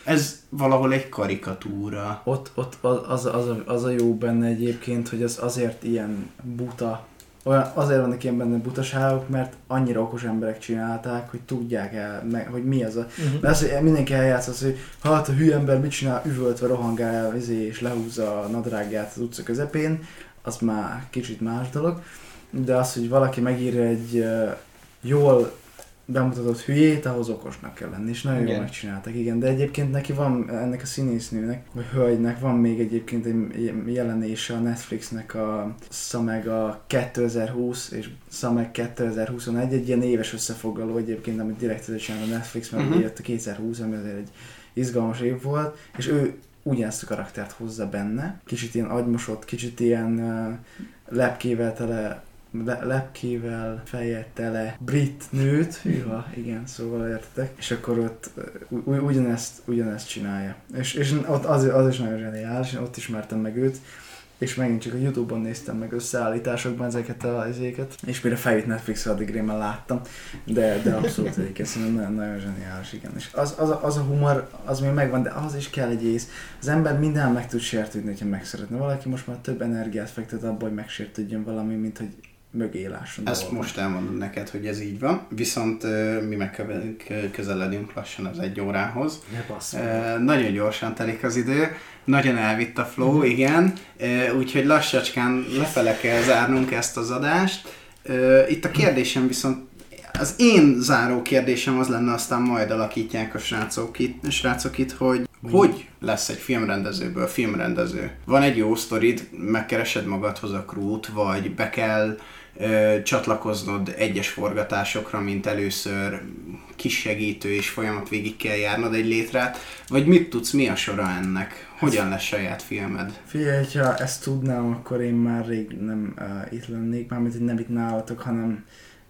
Ez valahol egy karikatúra. Ott, ott az, az, a, az a jó benne egyébként, hogy az azért ilyen buta, olyan, azért vannak ilyen benne butaságok, mert annyira okos emberek csinálták, hogy tudják el, meg, hogy mi az a... Uh-huh. Mert az, hogy mindenki eljátszott, hogy hát a hülye ember mit csinál, üvöltve rohangál és lehúzza a nadrágját az utca közepén, az már kicsit más dolog. De az, hogy valaki megírja egy uh, jól bemutatott hülyét, ahhoz okosnak kell lenni, és nagyon jól megcsináltak, igen. De egyébként neki van, ennek a színésznőnek, vagy hölgynek van még egyébként egy jelenése a Netflixnek a Szameg a kétezer-húsz és Szameg kétezer-huszonegy, egy ilyen éves összefoglaló egyébként, amit direkt ezért csinál a Netflix, mert uh-huh. jött a kétezer-húsz, ami azért egy izgalmas év volt, és ő ugyanezt a karaktert hozza benne, kicsit ilyen agymosott, kicsit ilyen uh, lepkével tele Le- lepkével, fejjel tele brit nőt, hűha, igen, szóval értetek, és akkor ott ugy- ugyanezt, ugyanezt csinálja. És, és ott az, az is nagyon zseniális, ott ismertem meg őt, és megint csak a Youtube-on néztem meg összeállításokban ezeket a izéket, és mire feljött Netflixre, addig rémel láttam, de, de abszolút egyébként szerintem nagyon, nagyon zseniális, igen. És az, az, a, az a humor, az még megvan, de az is kell egy ész. Az ember minden meg tud sértődni, hogyha megszeretne. Valaki most már több energiát fektet abba, hogy megsértődjön valami, mint hogy mögé lásson. Ezt dolgokat. Most elmondom neked, hogy ez így van, viszont uh, mi megközeledünk lassan az egy órához. Uh, nagyon gyorsan telik az idő, nagyon elvitt a flow, uh-huh. igen, uh, úgyhogy lassacskán lefele kell zárnunk ezt az adást. Uh, itt a kérdésem viszont, az én záró kérdésem az lenne, aztán majd alakítják a srácok itt, srácok itt hogy hogy lesz egy filmrendezőből filmrendező? Van egy jó sztorid, megkeresed magadhoz a crewt, vagy be kell ö, csatlakoznod egyes forgatásokra, mint először kis segítő, és folyamat végig kell járnod egy létrát, vagy mit tudsz, mi a sora ennek? Hogyan lesz saját filmed? Figyelj, ha ezt tudnám, akkor én már rég nem uh, itt lennék, mármint, hogy nem itt nálatok, hanem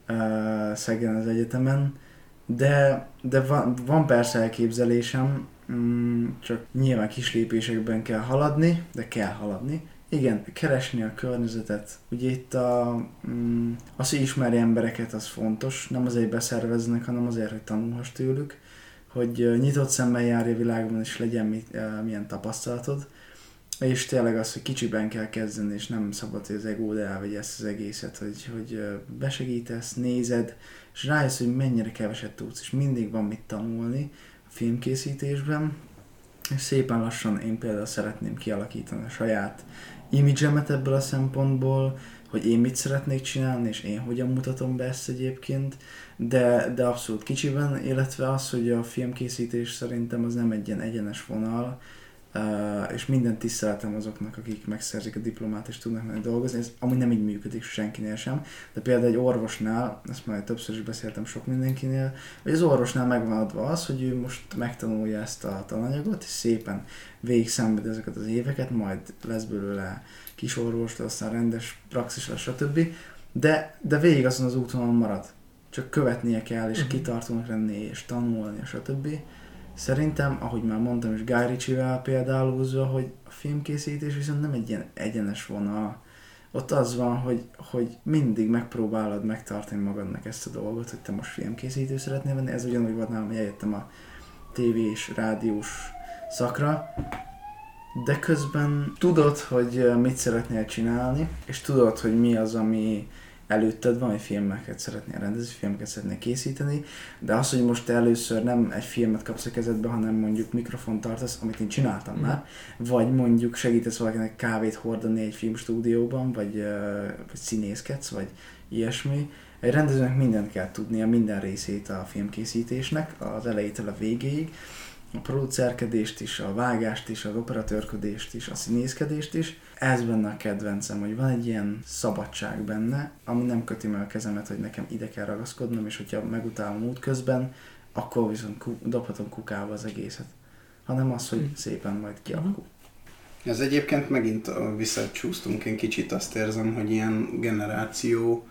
uh, Szegen az egyetemen, de, de van, van persze elképzelésem, mm, csak nyilván kis lépésekben kell haladni, de kell haladni. Igen, keresni a környezetet. Ugye itt a, mm, az, hogy ismerj embereket, az fontos. Nem azért beszerveznek, hanem azért, hogy tanulhass tőlük. Hogy uh, nyitott szemmel járj a világban, és legyen mit, uh, milyen tapasztalatod. És tényleg az, hogy kicsiben kell kezdeni, és nem szabad, hogy az egód elvegye ezt az egészet, hogy, hogy uh, besegítesz, nézed, és rájössz, hogy mennyire keveset tudsz, és mindig van mit tanulni a filmkészítésben. És szépen lassan én például szeretném kialakítani a saját imidzsemet ebből a szempontból, hogy én mit szeretnék csinálni, és én hogyan mutatom be ezt egyébként, de, de abszolút kicsiben, illetve az, hogy a filmkészítés szerintem az nem egy ilyen egyenes vonal, uh, és minden tiszteletem azoknak, akik megszerzik a diplomát és tudnak menni dolgozni, ez amúgy nem így működik senkinél sem, de például egy orvosnál, ezt már többször is beszéltem sok mindenkinél, hogy az orvosnál megvan adva az, hogy ő most megtanulja ezt a tananyagot, és szépen végig szenved ezeket az éveket, majd lesz belőle kisorvos, aztán rendes praxisra, stb. De, de végig azon az úton marad. Csak követnie kell, és uh-huh. kitartónak lenni, és tanulni, stb. Szerintem, ahogy már mondtam is Guy Ritchie-vel például húzva, hogy a filmkészítés viszont nem egy ilyen egyenes vonal. Ott az van, hogy, hogy mindig megpróbálod megtartani magadnak ezt a dolgot, hogy te most filmkészítő szeretnél venni. Ez ugyanúgy volt nálam, hogy eljöttem a tévés, rádiós szakra, de közben tudod, hogy mit szeretnél csinálni, és tudod, hogy mi az, ami előtted van, hogy filmeket szeretnél rendezni, filmeket szeretnél készíteni, de az, hogy most te először nem egy filmet kapsz a kezedbe, hanem mondjuk mikrofont tartasz, amit én csináltam mm. már, vagy mondjuk segítesz valakinek kávét hordani egy filmstúdióban, vagy, vagy színészkedsz, vagy ilyesmi. Egy rendezőnek mindent kell tudnia, minden részét a filmkészítésnek, az elejétől a végéig, a producerkedést is, a vágást is, az operatőrködést is, a színészkedést is. Ez benne a kedvencem, hogy van egy ilyen szabadság benne, ami nem köti meg a kezemet, hogy nekem ide kell ragaszkodnom, és hogyha megutálom útközben, akkor viszont ku- dobhatom kukába az egészet. Hanem az, hogy szépen majd kialakul. Ez egyébként megint visszacsúsztunk, én kicsit azt érzem, hogy ilyen generáció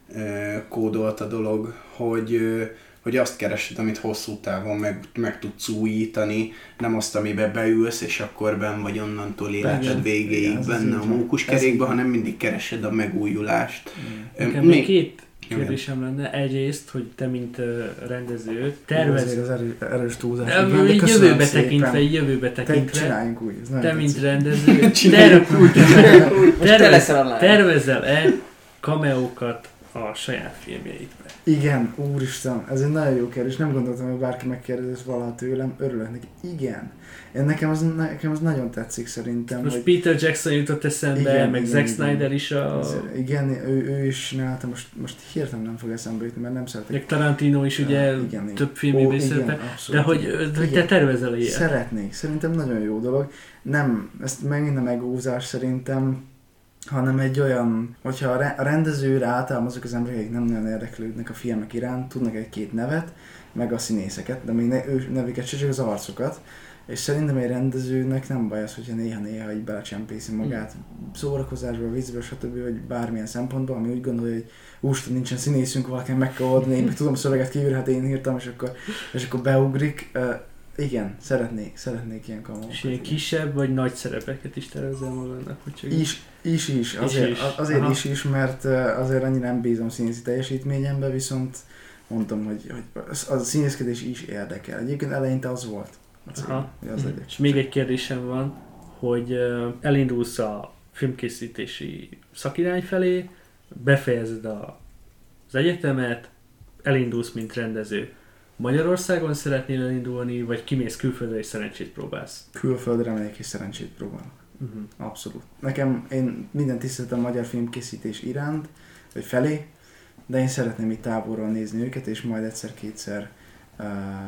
kódolt a dolog, hogy hogy azt keresed, amit hosszú távon meg, meg tudsz újítani, nem azt, amiben beülsz, és akkor benn vagy onnantól életed végéig igen, benne a mókuskerékben, hanem mindig keresed a megújulást. Nekem még két, kérdésem lenne. Egyrészt, hogy te, mint uh, rendező, tervez... Ez az erő, erős túlzás. De, de így jövőbe tekintve, így jövőbe tekintve. Te csináljunk úgy. Ez te, mint tetszik. rendező, tervezel, tervezel-e cameókat a saját filmjeidbe? Igen, úristen, ez egy nagyon jó kérdés. Nem gondoltam, hogy bárki megkérdezett valaha tőlem. Örülök neki. Igen. Én nekem az, nekem az nagyon tetszik szerintem. Most hogy... Peter Jackson jutott eszembe, igen, meg igen, Zack igen. Snyder is a... Ez, igen, ő, ő is csinálta, most, most hirtelen nem fog eszembe jutni, mert nem szeretek. Meg Tarantino is ugye ja, igen, több filmében szerepel, de hogy, hogy te tervezel ilyet? Szeretnék, szerintem nagyon jó dolog. Nem, ezt megint nem egózás szerintem, hanem egy olyan, hogyha a rendezőre általában azok az emberek, akik nem nagyon érdeklődnek a filmek iránt, tudnak egy-két nevet, meg a színészeket, de még ne, ő nevüket se, csak az arcokat. És szerintem egy rendezőnek nem baj az, hogyha néha-néha így belecsempészi magát szórakozásba, viccbe, stb. Vagy bármilyen szempontból, ami úgy gondolja, hogy úristen, nincsen színészünk, valakinek meg kell adni, én meg tudom a szöveget kívül, hát én írtam, és akkor, és akkor beugrik. Uh, igen, szeretnék, szeretnék ilyen kamokat. És ilyen kisebb vagy nagy szerepeket is tervezel magadnak? Hogy csak is, is, is, azért is, is. azért is, is, mert azért annyira nem bízom színészi teljesítményembe, viszont mondtam, hogy, hogy a színészkedés is érdekel. Egyébként eleinte az volt. Aha. Az és még egy kérdésem van, hogy elindulsz a filmkészítési szakirány felé, befejezed a, az egyetemet, elindulsz, mint rendező. Magyarországon szeretnél elindulni, vagy kimész külföldre és szerencsét próbálsz? Külföldre megyek és szerencsét próbálok. Uh-huh. Abszolút. Nekem, én minden tiszteltem a magyar filmkészítés iránt, vagy felé, de én szeretném itt távolról nézni őket, és majd egyszer-kétszer Uh,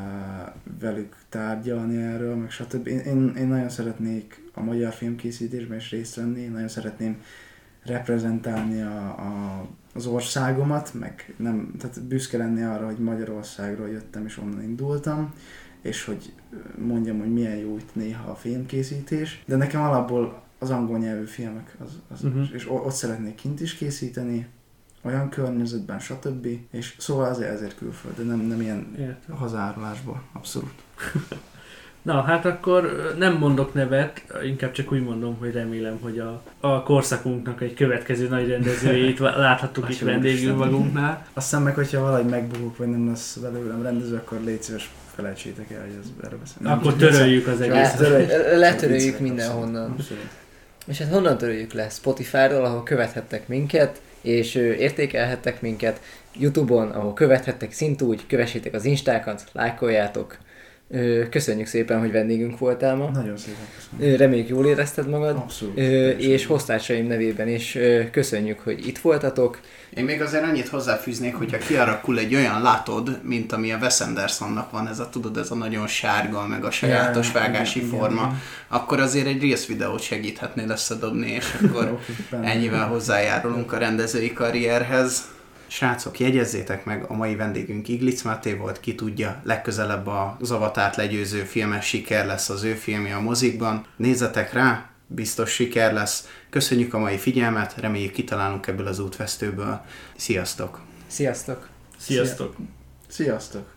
velük tárgyalni erről, meg stb. Én, én, én nagyon szeretnék a magyar filmkészítésben is részt venni, én nagyon szeretném reprezentálni a, a, az országomat, meg nem, tehát büszke lenni arra, hogy Magyarországról jöttem és onnan indultam, és hogy mondjam, hogy milyen jó itt néha a filmkészítés, de nekem alapból az angol nyelvű filmek, az, az, uh-huh. és ott szeretnék kint is készíteni, olyan környezetben, stb. És szóval azért, ezért külföld, de nem, nem ilyen Értem. hazárulásból, abszolút. Na, hát akkor nem mondok nevet, inkább csak úgy mondom, hogy remélem, hogy a, a korszakunknak egy következő nagy rendezőjét láthattuk itt vendégül magunknál. Aztán meg, hogyha valahogy megbukok, vagy nem lesz belőlem rendező, akkor légy szíves, felejtsétek el, hogy ez erről beszélni. Akkor töröljük az egészet. Le, letöröljük mindenhonnan. Abszolút. És hát honnan töröljük le? Spotify-ról, ahol követhettek minket, és értékelhettek minket, YouTube-on, ahol követhettek szintúgy, kövessétek az instákat, lájkoljátok. Köszönjük szépen, hogy vendégünk voltál ma. Nagyon szépen köszönöm. Reméljük jól érezted magad. Abszolút. És hoztársaim nevében is köszönjük, hogy itt voltatok. Én még azért annyit hozzáfűznék, hogyha kiarakul egy olyan látod, mint ami a Wes Andersonnak van, ez a, tudod, ez a nagyon sárga, meg a sajátos ja, vágási igen, forma, igen. Akkor azért egy Reels videót segíthetnél összedobni, és akkor ennyivel hozzájárulunk a rendezői karrierhez. Srácok, jegyezzétek meg, a mai vendégünk Iglic Máté volt, ki tudja, legközelebb az Avatárt legyőző filmes siker lesz az ő filmje a mozikban. Nézzetek rá, biztos siker lesz. Köszönjük a mai figyelmet, reméljük kitalálunk ebből az útvesztőből. Sziasztok! Sziasztok! Sziasztok! Sziasztok!